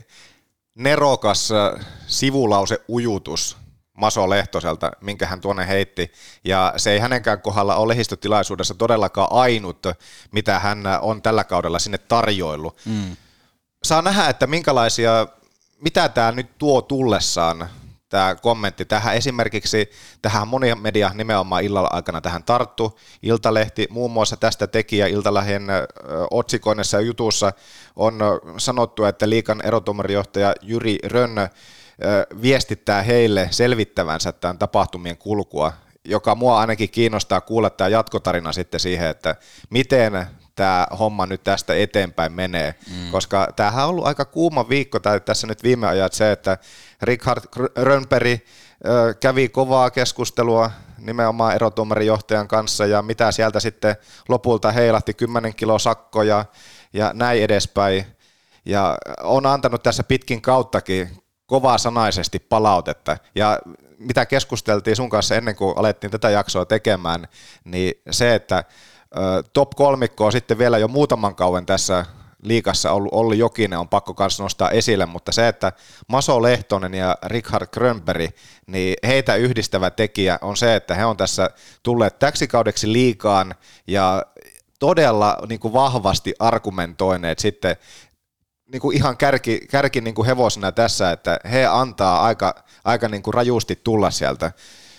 [SPEAKER 2] nerokas sivulause ujutus Maso Lehtoselta, minkä hän tuonne heitti, ja se ei hänenkään kohdalla ole lehdistötilaisuudessa todellakaan ainut, mitä hän on tällä kaudella sinne tarjoillut. Mm. Saa nähdä, että minkälaisia, mitä tämä nyt tuo tullessaan, tämä kommentti tähän. Esimerkiksi tähän moni media nimenomaan illalla aikana tähän tarttu. Iltalehti muun muassa tästä teki ja Iltalehden otsikoinnissa ja jutussa on sanottu, että liigan erotuomarijohtaja Jyri Rönnö viestittää heille selvittävänsä tämän tapahtumien kulkua, joka mua ainakin kiinnostaa kuulla tämä jatkotarina sitten siihen, että miten tämä homma nyt tästä eteenpäin menee, mm. koska tämähän on ollut aika kuuma viikko tai tässä nyt viime ajat se, että Richard Rönnberg kävi kovaa keskustelua nimenomaan erotuomarijohtajan kanssa ja mitä sieltä sitten lopulta heilahti kymmenen kilo sakkoja ja näin edespäin ja on antanut tässä pitkin kauttakin kovaa sanaisesti palautetta ja mitä keskusteltiin sun kanssa ennen kuin alettiin tätä jaksoa tekemään, niin se, että top kolmikko on sitten vielä jo muutaman kauan tässä liigassa ollut Olli Jokinen on pakko kanssa nostaa esille, mutta se, että Maso Lehtonen ja Richard Rönnberg, niin heitä yhdistävä tekijä on se, että he on tässä tulleet täksi kaudeksi liigaan ja todella niin kuin vahvasti argumentoineet sitten niin kuin ihan kärki, kärki niin kuin hevosena tässä, että he antaa aika, aika niin kuin rajusti tulla sieltä.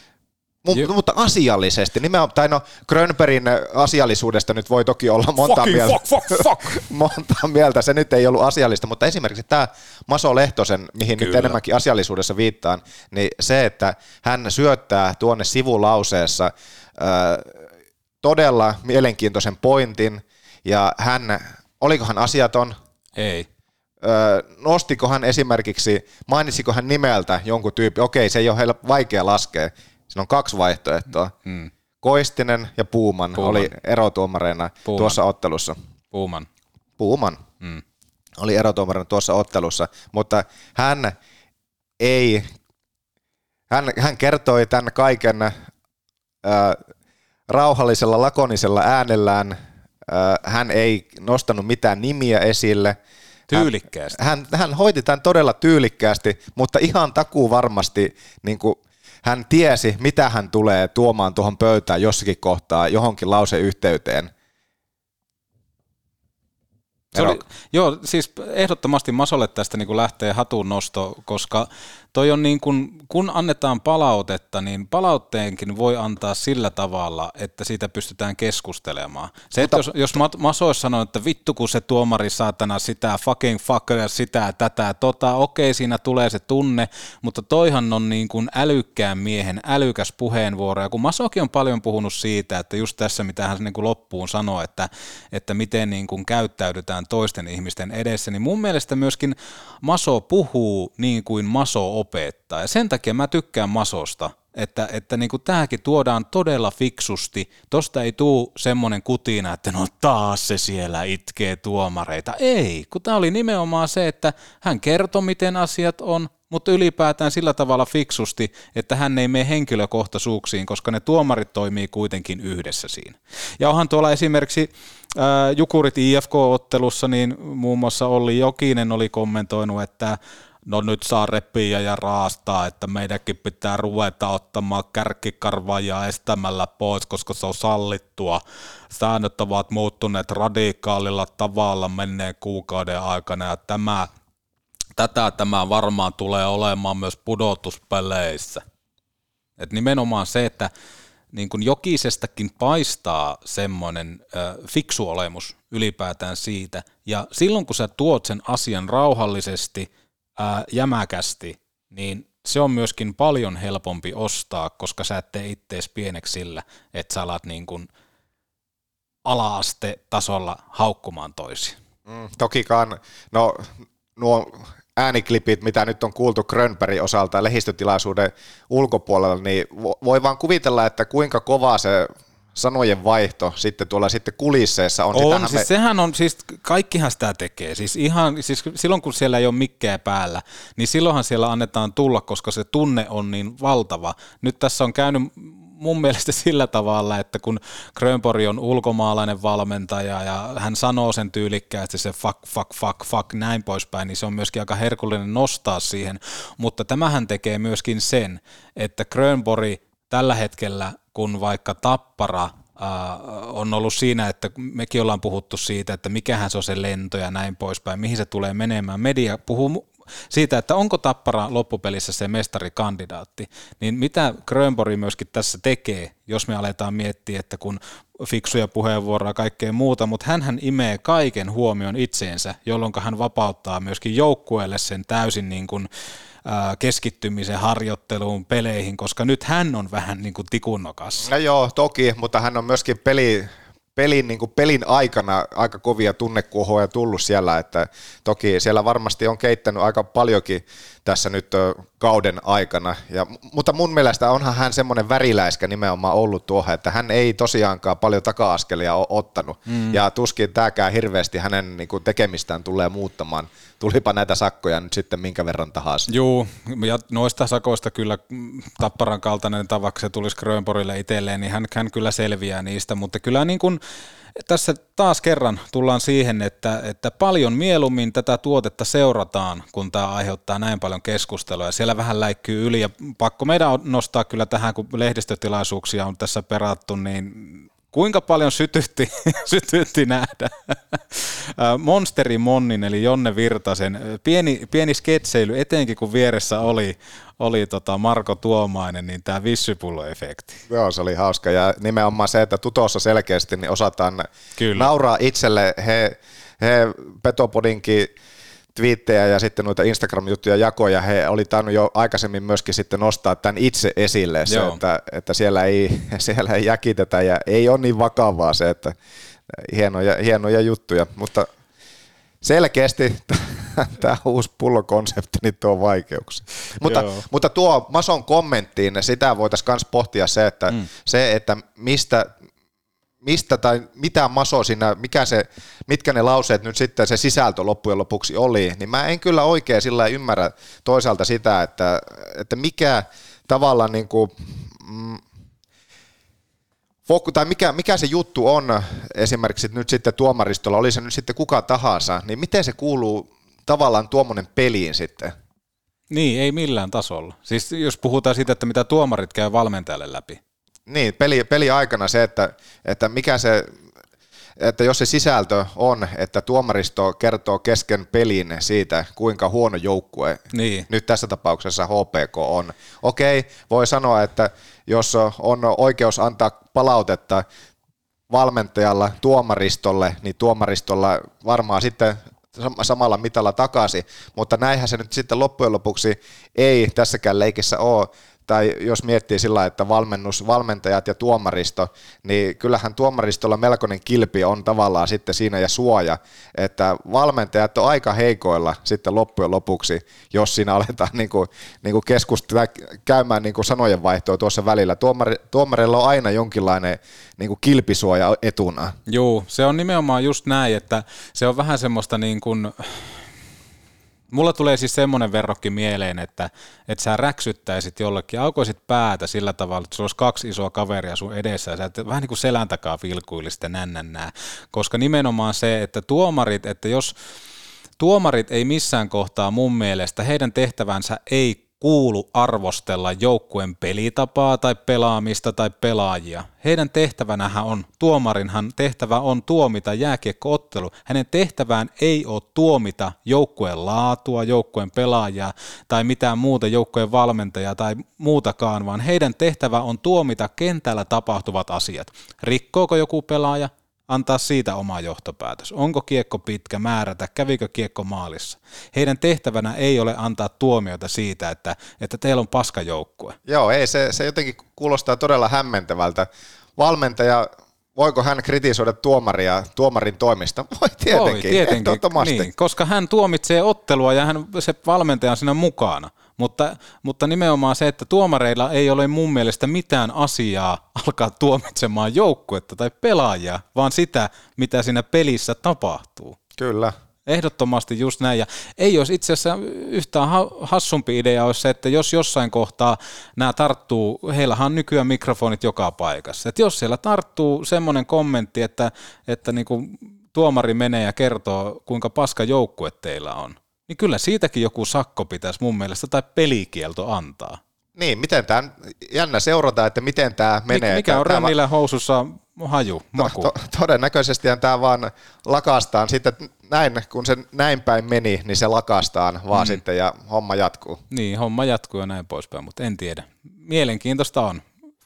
[SPEAKER 2] Mut, mutta asiallisesti, nimenomaan, tai no Grönbergin asiallisuudesta nyt voi toki olla monta
[SPEAKER 9] Fucking
[SPEAKER 2] mieltä,
[SPEAKER 9] fuck, fuck, fuck.
[SPEAKER 2] monta mieltä, se nyt ei ollut asiallista, mutta esimerkiksi tämä Maso Lehtosen, mihin Kyllä. nyt enemmänkin asiallisuudessa viittaan, niin se, että hän syöttää tuonne sivulauseessa äh, todella mielenkiintoisen pointin, ja hän, oliko hän asiaton?
[SPEAKER 9] Ei.
[SPEAKER 2] Öö, nostiko hän esimerkiksi, mainitsiko hän nimeltä jonkun tyyppi, okei se ei ole heillä vaikea laskea, siinä on kaksi vaihtoehtoa, hmm. Koistinen ja Puuman, Puuman. oli erotuomareina Puuman. tuossa ottelussa.
[SPEAKER 1] Puuman.
[SPEAKER 2] Puuman mm. oli erotuomareina tuossa ottelussa, mutta hän ei, hän, hän kertoi tämän kaiken äh, rauhallisella, lakonisella äänellään. Äh, hän ei nostanut mitään nimiä esille.
[SPEAKER 1] Tyylikkäästi.
[SPEAKER 2] Hän, hän, hän hoiti tämän todella tyylikkäästi, mutta ihan takuu varmasti niin kuin hän tiesi, mitä hän tulee tuomaan tuohon pöytään jossakin kohtaa, johonkin lauseyhteyteen.
[SPEAKER 1] Se oli, joo, siis ehdottomasti Masolle tästä niin kuin lähtee hatun nosto, koska toi on niin kuin, kun annetaan palautetta, niin palautteenkin voi antaa sillä tavalla, että siitä pystytään keskustelemaan. Se, että jos, jos Maso olisi sanonut, että vittu kun se tuomari saatana sitä fucking fucker, sitä, tätä, tota, okei siinä tulee se tunne, mutta toihan on niin kuin älykkään miehen älykäs puheenvuoro, ja kun Masokin on paljon puhunut siitä, että just tässä mitä hän niin kuin loppuun sanoo, että, että miten niin kuin käyttäydytään toisten ihmisten edessä, niin mun mielestä myöskin Maso puhuu niin kuin Maso opettaa. Ja sen takia mä tykkään Masosta, että, että niin kuin tämäkin tuodaan todella fiksusti. Tosta ei tule semmoinen kutina, että no taas se siellä itkee tuomareita. Ei, kun tämä oli nimenomaan se, että hän kertoi, miten asiat on, mutta ylipäätään sillä tavalla fiksusti, että hän ei mene henkilökohtaisuuksiin, koska ne tuomarit toimii kuitenkin yhdessä siinä. Ja onhan tuolla esimerkiksi ää, Jukurit I F K-ottelussa, niin muun muassa Olli Jokinen oli kommentoinut, että no nyt saa repiä ja raastaa, että meidänkin pitää ruveta ottamaan kärkikarvaajaa estämällä pois, koska se on sallittua. Säännöt ovat muuttuneet radikaalilla tavalla menneen kuukauden aikana, ja tämä, tätä tämä varmaan tulee olemaan myös pudotuspeleissä. Et nimenomaan se, että niin kun Jokisestakin paistaa semmoinen äh, fiksu olemus ylipäätään siitä, ja silloin kun sä tuot sen asian rauhallisesti, ää, jämäkästi, niin se on myöskin paljon helpompi ostaa, koska sä et tee ittees pieneksi sillä, että sä alat niin kuin ala-aste-tasolla haukkumaan toisia.
[SPEAKER 2] Mm, tokikaan, no nuo ääniklipit, mitä nyt on kuultu Grönbergin osalta lehdistötilaisuuden ulkopuolella, niin voi vaan kuvitella, että kuinka kovaa se sanojen vaihto sitten tuolla sitten kulisseissa on.
[SPEAKER 1] On, siis me... sehän on, siis kaikkihan sitä tekee, siis ihan, siis silloin kun siellä ei ole mikkeä päällä, niin silloinhan siellä annetaan tulla, koska se tunne on niin valtava. Nyt tässä on käynyt mun mielestä sillä tavalla, että kun Grönborg on ulkomaalainen valmentaja ja hän sanoo sen tyylikkäästi se fuck, fuck, fuck, fuck, näin poispäin, niin se on myöskin aika herkullinen nostaa siihen, mutta tämähän tekee myöskin sen, että Grönborg tällä hetkellä, kun vaikka Tappara äh, on ollut siinä, että mekin ollaan puhuttu siitä, että mikähän se on se lento ja näin poispäin, mihin se tulee menemään. Media puhuu siitä, että onko Tappara loppupelissä se mestarikandidaatti, niin mitä Grönborg myöskin tässä tekee, jos me aletaan miettiä, että kun fiksuja puheenvuoroja ja kaikkea muuta, mutta hänhän imee kaiken huomion itseensä, jolloin hän vapauttaa myöskin joukkueelle sen täysin niin kuin keskittymisen harjoitteluun, peleihin, koska nyt hän on vähän niin kuin tikunnokassa.
[SPEAKER 2] No joo, toki, mutta hän on myöskin peli, pelin, niin kuin pelin aikana aika kovia tunnekuohoja tullut siellä, että toki siellä varmasti on keittänyt aika paljonkin tässä nyt kauden aikana, ja, mutta mun mielestä onhan hän semmoinen väriläiskä nimenomaan ollut tuohon, että hän ei tosiaankaan paljon taka-askelia ole ottanut, mm. ja tuskin tämäkään hirveästi hänen niin kuin tekemistään tulee muuttamaan. Tulipa näitä sakkoja nyt sitten minkä verran tahansa.
[SPEAKER 1] Joo, ja noista sakoista kyllä Tapparan kaltainen tavaksi se tulisi Grönborgille itselleen, niin hän, hän kyllä selviää niistä, mutta kyllä niin kuin tässä taas kerran tullaan siihen, että, että paljon mieluummin tätä tuotetta seurataan, kun tämä aiheuttaa näin paljon keskustelua, ja siellä vähän läikkyy yli, ja pakko meidän nostaa kyllä tähän, kun lehdistötilaisuuksia on tässä perattu, niin kuinka paljon sytytti, sytytti nähdä Monsteri Monnin eli Jonne Virtasen pieni, pieni sketseily, etenkin kun vieressä oli, oli tota Marko Tuomainen, niin tämä vissypullo-efekti.
[SPEAKER 2] Joo, se oli hauska, ja nimenomaan se, että tutossa selkeästi niin osataan Kyllä. nauraa itselle. He, he Petopodinkin twiittejä ja sitten noita Instagram-juttuja jakoja, he oli tainnut jo aikaisemmin myöskin sitten nostaa tämän itse esille, se, että, että siellä, ei, siellä ei jäkitetä ja ei ole niin vakavaa se, että hienoja, hienoja juttuja, mutta selkeästi tämä uusi pullokonsepti, niin tuo vaikeuksia. Mutta, mutta tuo Mason kommenttiin, sitä voitaisiin myös pohtia se, että, mm. se, että mistä, mistä tai mitä Maso siinä, mikä se, mitkä ne lauseet nyt sitten se sisältö loppujen lopuksi oli, niin mä en kyllä oikein sillä ymmärrä toisaalta sitä, että, että mikä tavallaan niin kuin, mm, tai mikä, mikä se juttu on esimerkiksi nyt sitten tuomaristolla, oli se nyt sitten kuka tahansa, niin miten se kuuluu tavallaan tuommoinen peliin sitten?
[SPEAKER 1] Niin, ei millään tasolla. Siis jos puhutaan siitä, että mitä tuomarit käy valmentajalle läpi.
[SPEAKER 2] Niin, peli, peli aikana se, että, että mikä se, että jos se sisältö on, että tuomaristo kertoo kesken pelin siitä, kuinka huono joukkue
[SPEAKER 1] niin.
[SPEAKER 2] nyt tässä tapauksessa H P K on. Okei, voi sanoa, että jos on oikeus antaa palautetta valmentajalla tuomaristolle, niin tuomaristolla varmaan sitten samalla mitalla takaisin, mutta näinhän se nyt sitten loppujen lopuksi ei tässäkään leikissä ole. Tai jos miettii sillä, että valmennus, valmentajat ja tuomaristo, niin kyllähän tuomaristolla melkoinen kilpi on tavallaan sitten siinä ja suoja, että valmentajat on aika heikoilla sitten loppujen lopuksi, jos siinä aletaan niin kuin, niin kuin keskustella, käymään niin kuin sanojen vaihtoa tuossa välillä. Tuomari, tuomarilla on aina jonkinlainen niin kuin kilpisuoja etuna.
[SPEAKER 1] Joo, se on nimenomaan just näin, että se on vähän semmoista niin kuin... Mulla tulee siis semmoinen verrokki mieleen, että, että sä räksyttäisit jollekin, aukoisit päätä sillä tavalla, että sulla olisi kaksi isoa kaveria sun edessä ja sä et vähän niin kuin selän takaa vilkuilisi nännännää, koska nimenomaan se, että tuomarit, että jos tuomarit ei missään kohtaa mun mielestä, heidän tehtävänsä ei kuulu arvostella joukkueen pelitapaa tai pelaamista tai pelaajia. Heidän tehtävänähän on, tuomarinhan tehtävä on tuomita jääkiekkoottelu. Hänen tehtävään ei ole tuomita joukkueen laatua, joukkueen pelaajaa tai mitään muuta joukkueen valmentajaa tai muutakaan, vaan heidän tehtävä on tuomita kentällä tapahtuvat asiat. Rikkooko joku pelaaja? Antaa siitä oma johtopäätös. Onko kiekko pitkä, määrätä, kävikö kiekko maalissa. Heidän tehtävänä ei ole antaa tuomioita siitä, että, että teillä on paskajoukkue.
[SPEAKER 2] Joo, ei, se, se jotenkin kuulostaa todella hämmentävältä. Valmentaja, voiko hän kritisoida tuomaria tuomarin toimista? Voi tietenkin,
[SPEAKER 1] Voi, tietenkin niin, koska hän tuomitsee ottelua ja hän, se valmentaja on siinä mukana. Mutta, mutta nimenomaan se, että tuomareilla ei ole mun mielestä mitään asiaa alkaa tuomitsemaan joukkuetta tai pelaajia, vaan sitä, mitä siinä pelissä tapahtuu.
[SPEAKER 2] Kyllä.
[SPEAKER 1] Ehdottomasti just näin. Ja ei olisi itse asiassa yhtään hassumpi idea olisi se, että jos jossain kohtaa nämä tarttuu, heillähän on nykyään mikrofonit joka paikassa. Että jos siellä tarttuu semmoinen kommentti, että, että niin kuin tuomari menee ja kertoo, kuinka paska joukkue teillä on, niin kyllä siitäkin joku sakko pitäisi mun mielestä tai pelikielto antaa.
[SPEAKER 2] Niin, miten tämä, jännä seurata, että miten tämä menee.
[SPEAKER 1] Mikä on Rennillä housussa haju, maku?
[SPEAKER 2] To, to, todennäköisesti tämä vaan lakastaan sitten näin, kun se näin päin meni, niin se lakastaan vaan mm. sitten ja homma jatkuu.
[SPEAKER 1] Niin, homma jatkuu ja näin poispäin, mutta en tiedä. Mielenkiintoista on.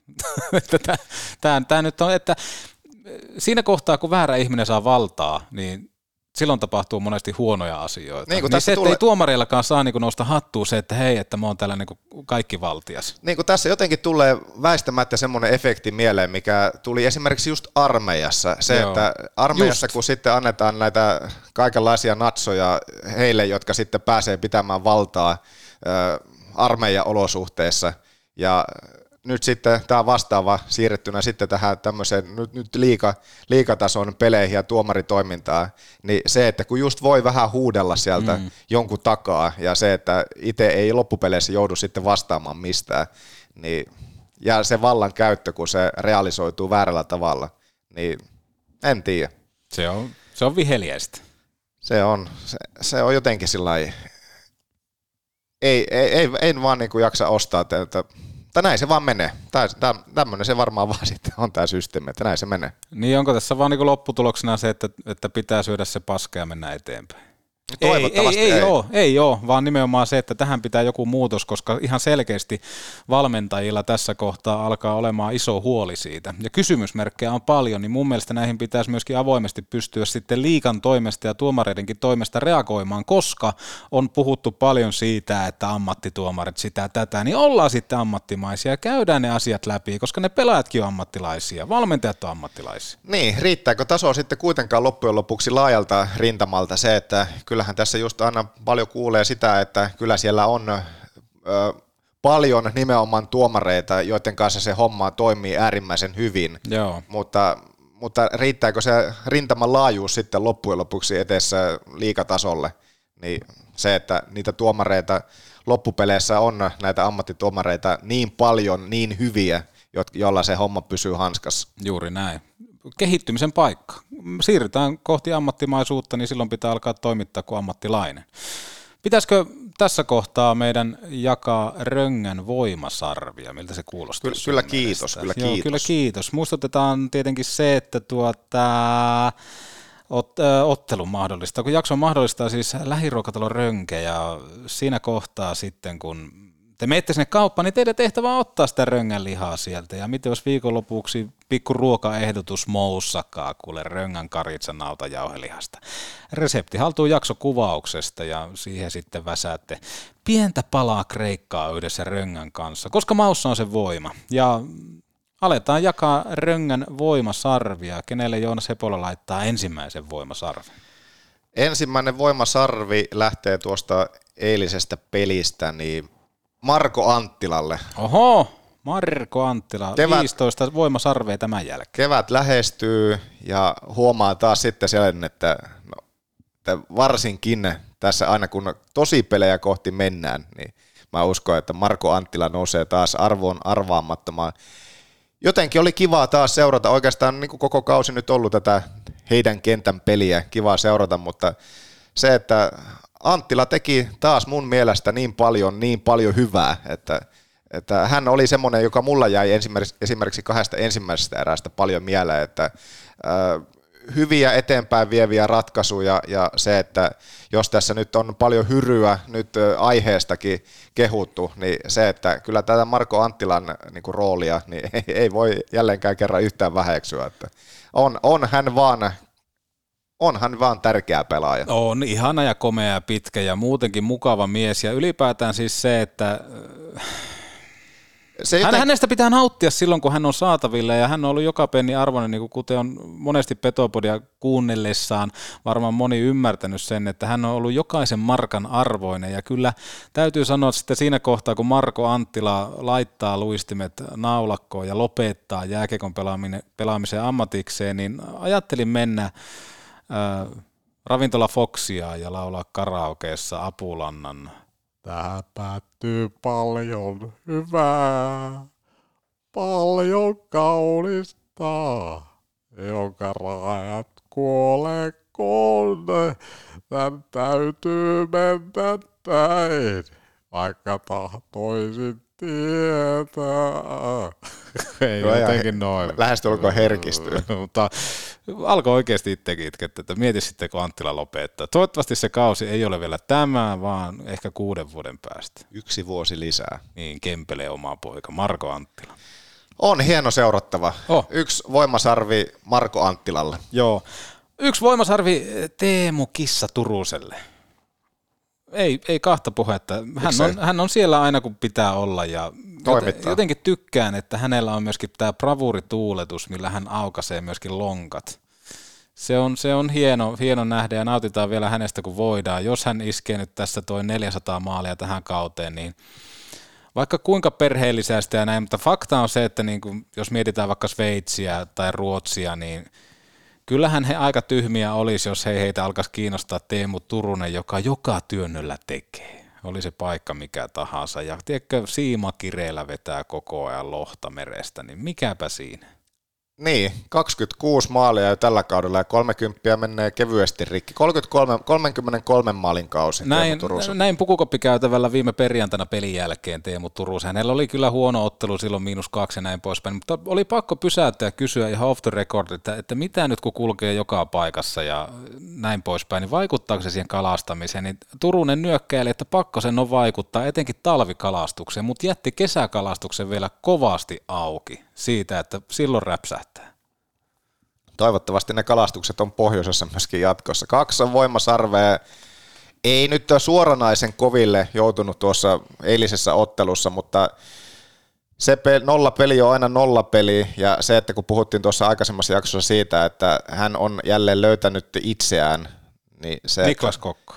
[SPEAKER 1] Tämä nyt on, että siinä kohtaa, kun väärä ihminen saa valtaa, niin silloin tapahtuu monesti huonoja asioita. Niin, niin se, tulee... ei tuomareillakaan saa niin nousta hattuun se, että hei, että mä oon täällä niin kaikki valtias.
[SPEAKER 2] Niin kuin tässä jotenkin tulee väistämättä semmoinen efekti mieleen, mikä tuli esimerkiksi just armeijassa. Se, Joo. että armeijassa just. Kun sitten annetaan näitä kaikenlaisia natsoja heille, jotka sitten pääsee pitämään valtaa äh, armeijan olosuhteissa ja nyt sitten tämä vastaava siirrettynä sitten tähän tämmöiseen nyt, nyt liika, liikatason peleihin ja tuomaritoimintaan, niin se, että kun just voi vähän huudella sieltä mm. jonkun takaa ja se, että itse ei loppupeleissä joudu sitten vastaamaan mistään, niin, ja se vallan käyttö, kun se realisoituu väärällä tavalla, niin en tiedä.
[SPEAKER 1] Se on, se on viheliäistä.
[SPEAKER 2] Se on, se, se on jotenkin sillain, ei, ei, ei, ei vaan niin kuin jaksa ostaa, että, että tai näin se vaan menee. Tämmöinen se varmaan vaan sitten on tämä systeemi, että näin se menee.
[SPEAKER 1] Niin onko tässä vaan niin lopputuloksena se, että, että pitää syödä se paska ja mennä eteenpäin?
[SPEAKER 2] Toivottavasti
[SPEAKER 1] ei, ei,
[SPEAKER 2] ei.
[SPEAKER 1] Ei ole, ei ole, vaan nimenomaan se, että tähän pitää joku muutos, koska ihan selkeästi valmentajilla tässä kohtaa alkaa olemaan iso huoli siitä. Ja kysymysmerkkejä on paljon, niin mun mielestä näihin pitäisi myöskin avoimesti pystyä sitten liigan toimesta ja tuomareidenkin toimesta reagoimaan, koska on puhuttu paljon siitä, että ammattituomarit sitä tätä, niin ollaan sitten ammattimaisia ja käydään ne asiat läpi, koska ne pelaajatkin on ammattilaisia, valmentajat on ammattilaisia.
[SPEAKER 2] Niin, riittääkö taso sitten kuitenkaan loppujen lopuksi laajalta rintamalta se, että kyllähän tässä just aina paljon kuulee sitä, että kyllä siellä on ö, paljon nimenomaan tuomareita, joiden kanssa se homma toimii äärimmäisen hyvin,
[SPEAKER 1] Joo.
[SPEAKER 2] Mutta, mutta riittääkö se rintaman laajuus sitten loppujen lopuksi edessä liigatasolle, niin se, että niitä tuomareita loppupeleissä on näitä ammattituomareita niin paljon, niin hyviä, jolla se homma pysyy hanskassa.
[SPEAKER 1] Juuri näin. Kehittymisen paikka. Siirrytään kohti ammattimaisuutta, niin silloin pitää alkaa toimittaa kuin ammattilainen. Pitäisikö tässä kohtaa meidän jakaa Röngän voimasarvia? Miltä se kuulostaa?
[SPEAKER 2] Kyllä, kyllä kiitos, kyllä
[SPEAKER 1] Joo,
[SPEAKER 2] kiitos.
[SPEAKER 1] Kyllä kiitos. Muistutetaan tietenkin se, että tuota, ot, ö, ottelu mahdollistaa. Kun jakso mahdollistaa siis lähiruokatalon Rönkä ja siinä kohtaa sitten, kun te menette sinne kauppaan, niin teidän tehtävä on ottaa sitä Röngän lihaa sieltä. Ja miten jos viikonlopuksi pikku ruokaehdotus moussakaa, kuule Röngän karitsan nautajauhelihasta. Resepti haltuu jaksokuvauksesta ja siihen sitten väsäätte pientä palaa kreikkaa yhdessä Röngän kanssa, koska maussa on se voima. Ja aletaan jakaa Röngän voimasarvia. Kenelle Joonas Hepola laittaa ensimmäisen voimasarven?
[SPEAKER 2] Ensimmäinen voimasarvi lähtee tuosta eilisestä pelistä, niin Marko Anttilalle.
[SPEAKER 1] Oho, Marko Anttila,
[SPEAKER 2] Kevät,
[SPEAKER 1] viisitoista voimasarvea tämän jälkeen.
[SPEAKER 2] Kevät lähestyy ja huomaa taas sitten sen, että, no, että varsinkin tässä aina kun tosipelejä kohti mennään, niin mä uskon, että Marko Anttila nousee taas arvoon arvaamattomaan. Jotenkin oli kivaa taas seurata, oikeastaan niin kuin koko kausi nyt ollut tätä heidän kentän peliä, kivaa seurata, mutta se, että Anttila teki taas mun mielestä niin paljon, niin paljon hyvää, että, että hän oli semmoinen, joka mulla jäi esimerkiksi kahdesta ensimmäisestä erästä paljon mieleen, että äh, hyviä eteenpäin vieviä ratkaisuja ja se, että jos tässä nyt on paljon hyryä nyt aiheestakin kehuttu, niin se, että kyllä tätä Marko Anttilan niin kuin roolia niin ei, ei voi jälleenkään kerran yhtään väheksyä, että on, on hän vaan Onhan vaan tärkeä pelaaja.
[SPEAKER 1] On ihana ja komea ja pitkä ja muutenkin mukava mies ja ylipäätään siis se, että se joten... hänestä pitää nauttia silloin, kun hän on saatavilla ja hän on ollut joka penni arvoinen, niin kuten on monesti Petopodia kuunnellessaan varmaan moni ymmärtänyt sen, että hän on ollut jokaisen markan arvoinen ja kyllä täytyy sanoa että siinä kohtaa, kun Marko Anttila laittaa luistimet naulakkoon ja lopettaa jääkiekon pelaamisen ammatikseen, niin ajattelin mennä Äh, ravintola Foxia ja laulaa karaokeessa Apulannan.
[SPEAKER 11] Tähän päättyy paljon hyvää, paljon kaunista, jonka rajat kuolee konne. Tän täytyy mennä näin, vaikka tahtoisin tietää.
[SPEAKER 1] Ei jotenkin noin.
[SPEAKER 2] Lähestulkoon herkistyy.
[SPEAKER 1] Mutta alkoi oikeasti itsekin itkeä, että mieti sitten, kun Anttila lopettaa. Toivottavasti se kausi ei ole vielä tämä, vaan ehkä kuuden vuoden päästä.
[SPEAKER 2] Yksi vuosi lisää.
[SPEAKER 1] Niin, kempelee oma poika, Marko Anttila.
[SPEAKER 2] On hieno seurattava.
[SPEAKER 1] Oh.
[SPEAKER 2] Yksi voimasarvi Marko Anttilalle.
[SPEAKER 1] Joo. Yksi voimasarvi Teemu Kissa Turuselle. Ei, ei kahta puhetta. Hän on, hän on siellä aina, kun pitää olla ja
[SPEAKER 2] toimittaa.
[SPEAKER 1] Jotenkin tykkään, että hänellä on myöskin tämä bravurituuletus, millä hän aukaisee myöskin lonkat. Se on, se on hieno, hieno nähdä ja nautitaan vielä hänestä, kun voidaan. Jos hän iskee nyt tässä toi neljäsataa maalia tähän kauteen, niin vaikka kuinka perheellisestä ja näin, mutta fakta on se, että niin kuin, jos mietitään vaikka Sveitsiä tai Ruotsia, niin kyllähän he aika tyhmiä olisi, jos he heitä alkaisi kiinnostaa Teemu Turunen, joka joka työnnöllä tekee. Oli se paikka mikä tahansa. Ja tiedätkö, siimakireellä vetää koko ajan lohta merestä, niin mikäpä siinä.
[SPEAKER 2] Niin, kaksikymmentäkuusi maalia jo tällä kaudella ja kolmekymmentä menee kevyesti rikki. kolmekymmentäkolme, kolmekymmentäkolme maalin kausi
[SPEAKER 1] näin,
[SPEAKER 2] Teemu Turusen.
[SPEAKER 1] Näin pukukoppikäytävällä viime perjantaina pelin jälkeen Teemu Turusen. Hänellä oli kyllä huono ottelu silloin miinus kaksi ja näin poispäin, mutta oli pakko pysäyttää ja kysyä ihan off the record, että, että mitä nyt kun kulkee joka paikassa ja näin poispäin, niin vaikuttaako se siihen kalastamiseen? Niin Turunen nyökkäili, että pakko sen on vaikuttaa etenkin talvikalastukseen, mutta jätti kesäkalastuksen vielä kovasti auki siitä, että silloin räpsähtää.
[SPEAKER 2] Toivottavasti ne kalastukset on pohjoisessa myöskin jatkossa. Kaksi voimasarvea ei nyt suoranaisen koville joutunut tuossa eilisessä ottelussa, mutta se nollapeli on aina nollapeli ja se, että kun puhuttiin tuossa aikaisemmassa jaksossa siitä, että hän on jälleen löytänyt itseään, niin se...
[SPEAKER 1] Niklas Kokko.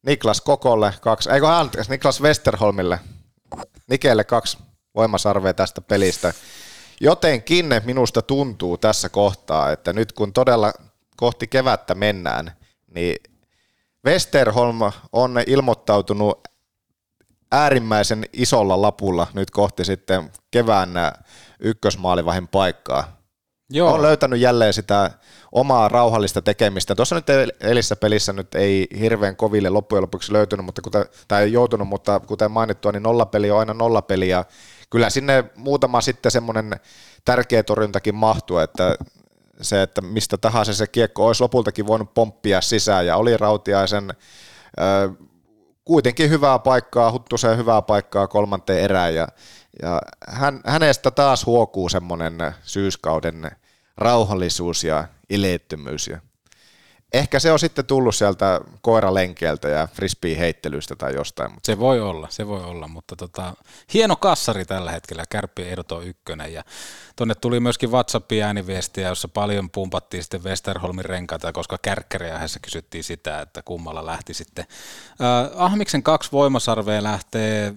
[SPEAKER 2] Niklas Kokolle kaksi, eikö anteeksi, Niklas Westerholmille, Nikelle kaksi voimasarvea tästä pelistä. Jotenkin minusta tuntuu tässä kohtaa, että nyt kun todella kohti kevättä mennään, niin Westerholm on ilmoittautunut äärimmäisen isolla lapulla nyt kohti sitten kevään ykkösmaalivahin paikkaa. Joo. On löytänyt jälleen sitä omaa rauhallista tekemistä. Tuossa nyt eilissä pelissä nyt ei hirveän koville loppujen lopuksi löytynyt, mutta kuten, tai joutunut, mutta kuten mainittua, niin nollapeli on aina nollapeli ja kyllä sinne muutama sitten semmoinen tärkeä torjuntakin mahtuu, että se, että mistä tahansa se kiekko olisi lopultakin voinut pomppia sisään ja oli Rautiaisen äh, kuitenkin hyvää paikkaa, Huttuseen hyvää paikkaa kolmanteen erään ja, ja hän, hänestä taas huokuu semmoinen syyskauden rauhallisuus ja ileettömyys. Ja ehkä se on sitten tullut sieltä koiralenkeiltä ja frisbee-heittelystä tai jostain. Mutta
[SPEAKER 1] se voi olla, se voi olla, mutta tota, hieno kassari tällä hetkellä, Kärppien ehdoton ykkönen ja tuonne tuli myöskin WhatsAppin ääniviestiä, jossa paljon pumpattiin sitten Westerholmin renkaita, koska kärkkäriähdessä kysyttiin sitä, että kummalla lähti sitten. Äh, Ahmiksen kaksi voimasarvea lähtee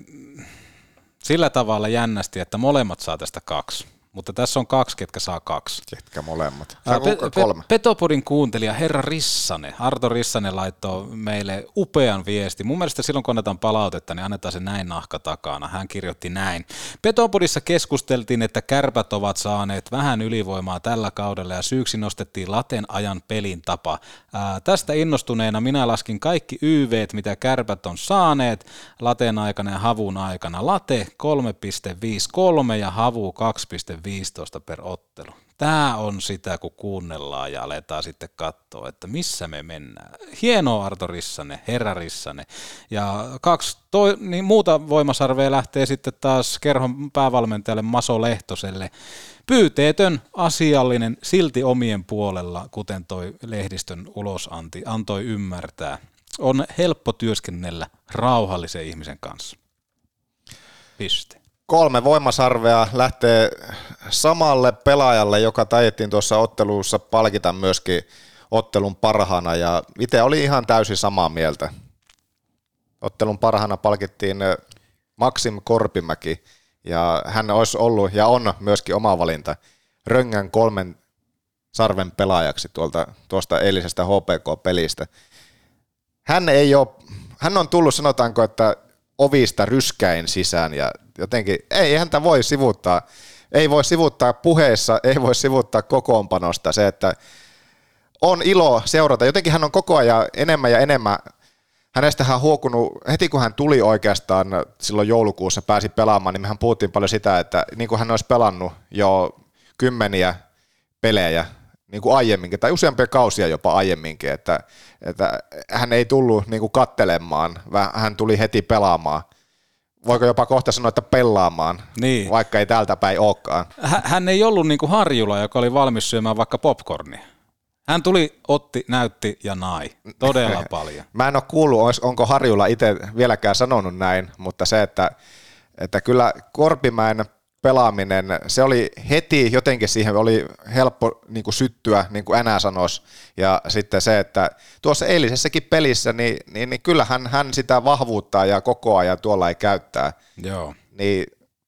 [SPEAKER 1] sillä tavalla jännästi, että molemmat saa tästä kaksi. Mutta tässä on kaksi, ketkä saa kaksi.
[SPEAKER 2] Ketkä molemmat?
[SPEAKER 1] Ää, pe- pe- Petopodin kuuntelija herra Rissanen, Arto Rissanen laittoi meille upean viesti. Mun mielestä silloin kun annetaan palautetta, niin annetaan se näin nahka takana. Hän kirjoitti näin. Petopodissa keskusteltiin, että Kärpät ovat saaneet vähän ylivoimaa tällä kaudella ja syyksi nostettiin Laten ajan pelin tapa. Ää, tästä innostuneena minä laskin kaikki Y V:t, mitä Kärpät on saaneet Laten aikana ja Havun aikana. Late kolme pilkku viisikymmentäkolme ja Havu kaksi pilkku viisitoista per ottelu. Tämä on sitä, kun kuunnellaan ja aletaan sitten katsoa, että missä me mennään. Hienoa Arto Rissanen, herra Rissanen. Ja kaksi toi, niin muuta voimasarvea lähtee sitten taas Kerhon päävalmentajalle Maso Lehtoselle. Pyyteetön, asiallinen, silti omien puolella, kuten toi lehdistön ulosanti antoi ymmärtää. On helppo työskennellä rauhallisen ihmisen kanssa. Piste.
[SPEAKER 2] Kolme voimasarvea lähtee samalle pelaajalle, joka taidettiin tuossa ottelussa palkita myöskin ottelun parhaana, ja itse oli ihan täysin samaa mieltä. Ottelun parhaana palkittiin Maxim Korpimäki, ja hän olisi ollut ja on myöskin oma valinta Röngän kolmen sarven pelaajaksi tuolta, tuosta eilisestä H P K-pelistä. Hän ei ole, hän on tullut, sanotaanko, että ovista ryskäin sisään ja jotenkin ei häntä voi sivuuttaa, ei voi sivuuttaa puheessa, ei voi sivuuttaa kokoonpanosta se, että on ilo seurata. Jotenkin hän on koko ajan enemmän ja enemmän, hänestä hän on huokunut, heti kun hän tuli oikeastaan silloin joulukuussa, pääsi pelaamaan, niin mehän puhuttiin paljon sitä, että niin kuin hän olisi pelannut jo kymmeniä pelejä, niin kuin aiemminkin, tai useampia kausia jopa aiemminkin, että, että hän ei tullut niin kuin kattelemaan, hän tuli heti pelaamaan. Voiko jopa kohta sanoa, että pelaamaan, niin. Vaikka ei täältä päin olekaan.
[SPEAKER 1] Hän ei ollut niin kuin Harjula, joka oli valmis syömään vaikka popcornia. Hän tuli, otti, näytti ja nai. Todella paljon.
[SPEAKER 2] Mä en ole kuullut, onko Harjula itse vieläkään sanonut näin, mutta se, että, että kyllä Korpimäen pelaaminen, se oli heti jotenkin siihen oli helppo niin kuin syttyä, niin kuin enää sanoisi. Ja sitten se, että tuossa eilisessäkin pelissä, niin, niin, niin kyllähän hän sitä vahvuuttaa ja koko ajan tuolla ei käyttää.
[SPEAKER 1] Joo.
[SPEAKER 2] Niin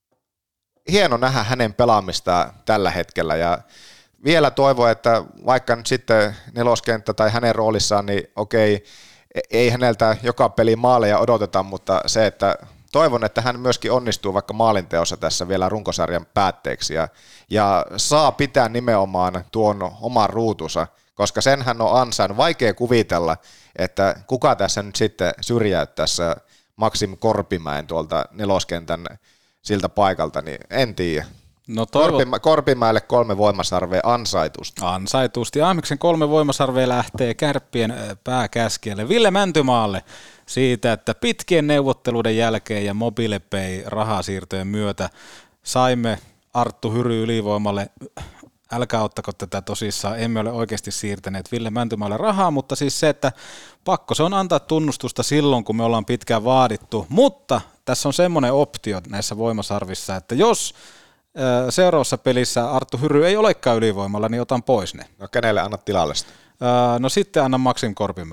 [SPEAKER 2] hieno nähdä hänen pelaamista tällä hetkellä ja vielä toivon, että vaikka nyt sitten neloskenttä tai hänen roolissaan, niin okei, ei häneltä joka peli maaleja odoteta, mutta se, että toivon, että hän myöskin onnistuu vaikka maalinteossa tässä vielä runkosarjan päätteeksi ja, ja saa pitää nimenomaan tuon oman ruutunsa, koska sen hän on ansainnut. Vaikea kuvitella, että kuka tässä nyt sitten syrjäyttäisi Maxim Korpimäen tuolta neloskentän siltä paikalta, niin en tiedä.
[SPEAKER 1] No toivo...
[SPEAKER 2] Korpimä, Korpimäelle kolme voimasarvea ansaitusti.
[SPEAKER 1] Ansaitusti. Ahmiksen kolme voimasarvea lähtee Kärppien pääkäskijälle Ville Mäntymaalle siitä, että pitkien neuvotteluiden jälkeen ja MobilePay rahasiirtojen myötä saimme Arttu Hyry ylivoimalle. Älkää ottako tätä tosissaan, emme ole oikeasti siirtäneet Ville Mäntymaalle rahaa, mutta siis se, että pakko se on antaa tunnustusta silloin, kun me ollaan pitkään vaadittu, mutta tässä on semmoinen optio näissä voimasarvissa, että jos seuraavassa pelissä Arttu Hyry ei olekaan ylivoimalla, niin otan pois ne.
[SPEAKER 2] No kenelle annat tilalle sitä?
[SPEAKER 1] No sitten annan Maxim Korpimäelle.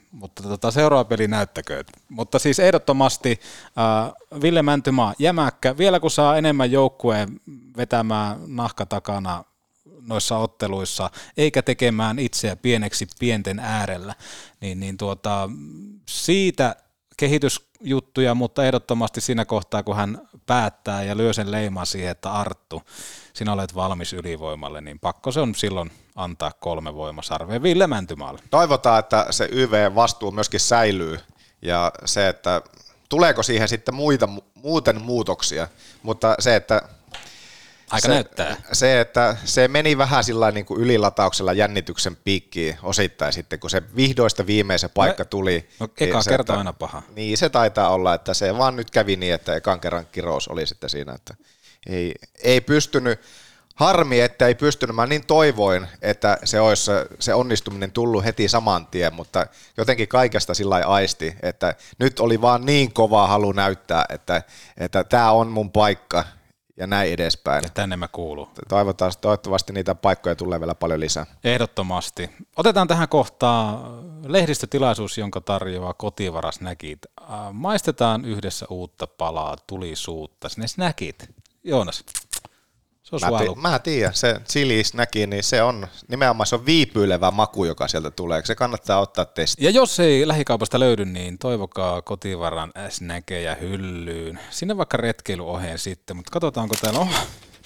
[SPEAKER 1] mutta tota, seuraava peli näyttäköön. Mutta siis ehdottomasti äh, Ville Mäntymaa jämäkkä, vielä kun saa enemmän joukkueen vetämään nahka takana noissa otteluissa, eikä tekemään itseä pieneksi pienten äärellä, niin, niin tuota, siitä kehitysjuttuja, mutta ehdottomasti siinä kohtaa, kun hän päättää ja lyö sen leiman siihen, että Arttu, sinä olet valmis ylivoimalle, niin pakko se on silloin antaa kolme voimasarvea Ville Mäntymaalle.
[SPEAKER 2] Toivotaan, että se Y V-vastuu myöskin säilyy ja se, että tuleeko siihen sitten muita, muuten muutoksia, mutta se, että
[SPEAKER 1] Aika
[SPEAKER 2] se,
[SPEAKER 1] näyttää.
[SPEAKER 2] Se, että se meni vähän sillä niin kuin ylilatauksella jännityksen piikkiin osittain sitten, kun se vihdoista viimein se paikka tuli.
[SPEAKER 1] No, eka
[SPEAKER 2] se,
[SPEAKER 1] kerta
[SPEAKER 2] että,
[SPEAKER 1] aina paha.
[SPEAKER 2] Niin se taitaa olla, että se vaan nyt kävi niin, että ekan kerran kirous oli sitten siinä, että ei, ei pystynyt, harmi, että ei pystynyt, mä niin toivoin, että se olisi se onnistuminen tullut heti saman tien, mutta jotenkin kaikesta sillä lailla aisti, että nyt oli vaan niin kova halu näyttää, että, että tämä on mun paikka. Ja näin edespäin.
[SPEAKER 1] Ja tänne mä kuuluu.
[SPEAKER 2] Toivotaan, toivottavasti niitä paikkoja tulee vielä paljon lisää.
[SPEAKER 1] Ehdottomasti. Otetaan tähän kohtaan lehdistötilaisuus, jonka tarjoaa Kotivaras Näkit. Maistetaan yhdessä uutta palaa, tulisuutta. Ne snäkit. Joonas, se on
[SPEAKER 2] mä, ti- mä tiedän, se chili snäki, niin se on nimenomaan se on viipyilevä maku, joka sieltä tulee. Se kannattaa ottaa testi.
[SPEAKER 1] Ja jos ei lähikaupasta löydy, niin toivokaa Kotivaran snäkejä hyllyyn. Sinne vaikka retkeilyoheen sitten, mutta katsotaanko täällä on.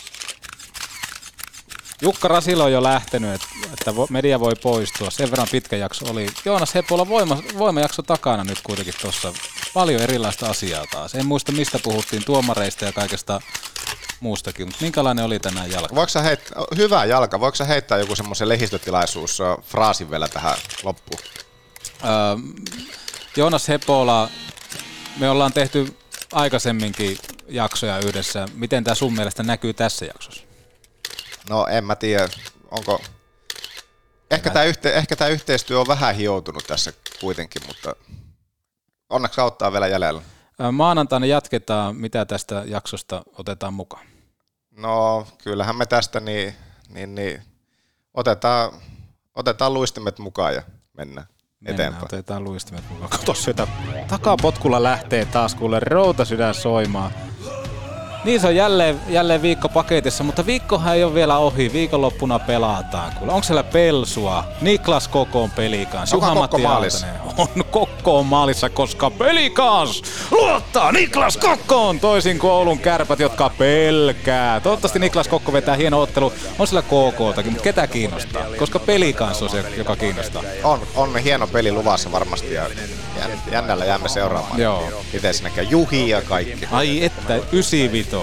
[SPEAKER 1] Jukka Rasilo on jo lähtenyt, että media voi poistua. Sen verran pitkä jakso oli. Joonas Hepola voima, voimajakso takana nyt kuitenkin tuossa. Paljon erilaista asiaa taas. En muista mistä puhuttiin, tuomareista ja kaikesta muustakin, mutta minkälainen oli tänään jalka?
[SPEAKER 2] Voiko sä heittää, hyvä jalka, voiko sä heittää joku semmoisen lehdistötilaisuus fraasin vielä tähän loppuun?
[SPEAKER 1] Öö, Joonas Hepola, me ollaan tehty aikaisemminkin jaksoja yhdessä. Miten tämä sun mielestä näkyy tässä jaksossa?
[SPEAKER 2] No en mä tiedä, onko... Ehkä tämä, yhte, ehkä tämä yhteistyö on vähän hioutunut tässä kuitenkin, mutta onneksi auttaa vielä jäljellä.
[SPEAKER 1] Maanantaina jatketaan, mitä tästä jaksosta otetaan mukaan?
[SPEAKER 2] No kyllähän me tästä niin, niin, niin otetaan, otetaan luistimet mukaan ja mennään, mennään eteenpäin.
[SPEAKER 1] Otetaan luistimet mukaan. Kato sitä, takapotkulla lähtee taas kuule routasydän soimaan. Niin se on jälleen, jälleen viikko paketissa, mutta viikkohan ei ole vielä ohi. Viikonloppuna pelataan. Kuule. Onko siellä Pelsua? Niklas Kokko on Pelikans.
[SPEAKER 2] Juha-Matti Aaltonen.
[SPEAKER 1] On Kokko on maalissa, koska Pelikans luottaa Niklas Kokkoon. Toisin kuin Oulun Kärpät, jotka pelkää. Toivottavasti Niklas Kokko vetää hieno ottelu. On sillä K K:takin, mutta ketä kiinnostaa? Koska Pelikans on se, joka kiinnostaa.
[SPEAKER 2] On, on hieno peli luvassa varmasti ja jännällä jäämme seuraamaan.
[SPEAKER 1] Joo.
[SPEAKER 2] Miten se näkee? Juhi ja kaikki.
[SPEAKER 1] Ai että, yhdeksänkymmentäviisi.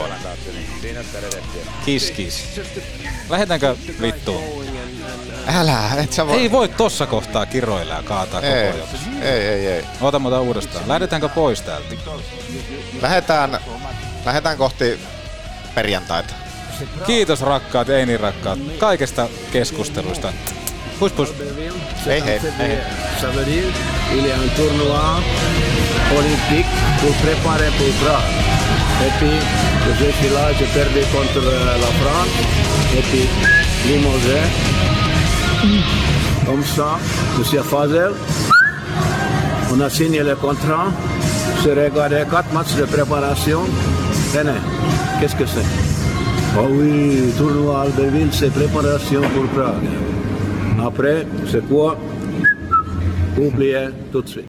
[SPEAKER 1] Kiss kiss. Lähdetäänkö vittuun?
[SPEAKER 2] Älä, et sä voi.
[SPEAKER 1] Ei voi tossa kohtaa kiroilla ja kaataa
[SPEAKER 2] ei,
[SPEAKER 1] koko ajan.
[SPEAKER 2] Ei, ei, ei.
[SPEAKER 1] Ota muuta uudestaan. Lähdetäänkö pois täältä?
[SPEAKER 2] Lähdetään, lähdetään kohti perjantaita.
[SPEAKER 1] Kiitos rakkaat, ei niin rakkaat, kaikesta keskustelusta. Pus pus.
[SPEAKER 2] Hei hei.
[SPEAKER 12] hei. Ça veut dire il y a un tournoi olympique pour préparer pour Prague. Et puis je suis là, j'ai perdu contre la France. Et puis Limoges. Comme ça, Monsieur Fazel. On a signé le contrat. J'ai regardé quatre matchs de préparation. Tenez, qu'est-ce que c'est? Oh oui, tournoi Albertville, c'est préparation pour Prague. Après, c'est quoi? Oubliez tout de suite.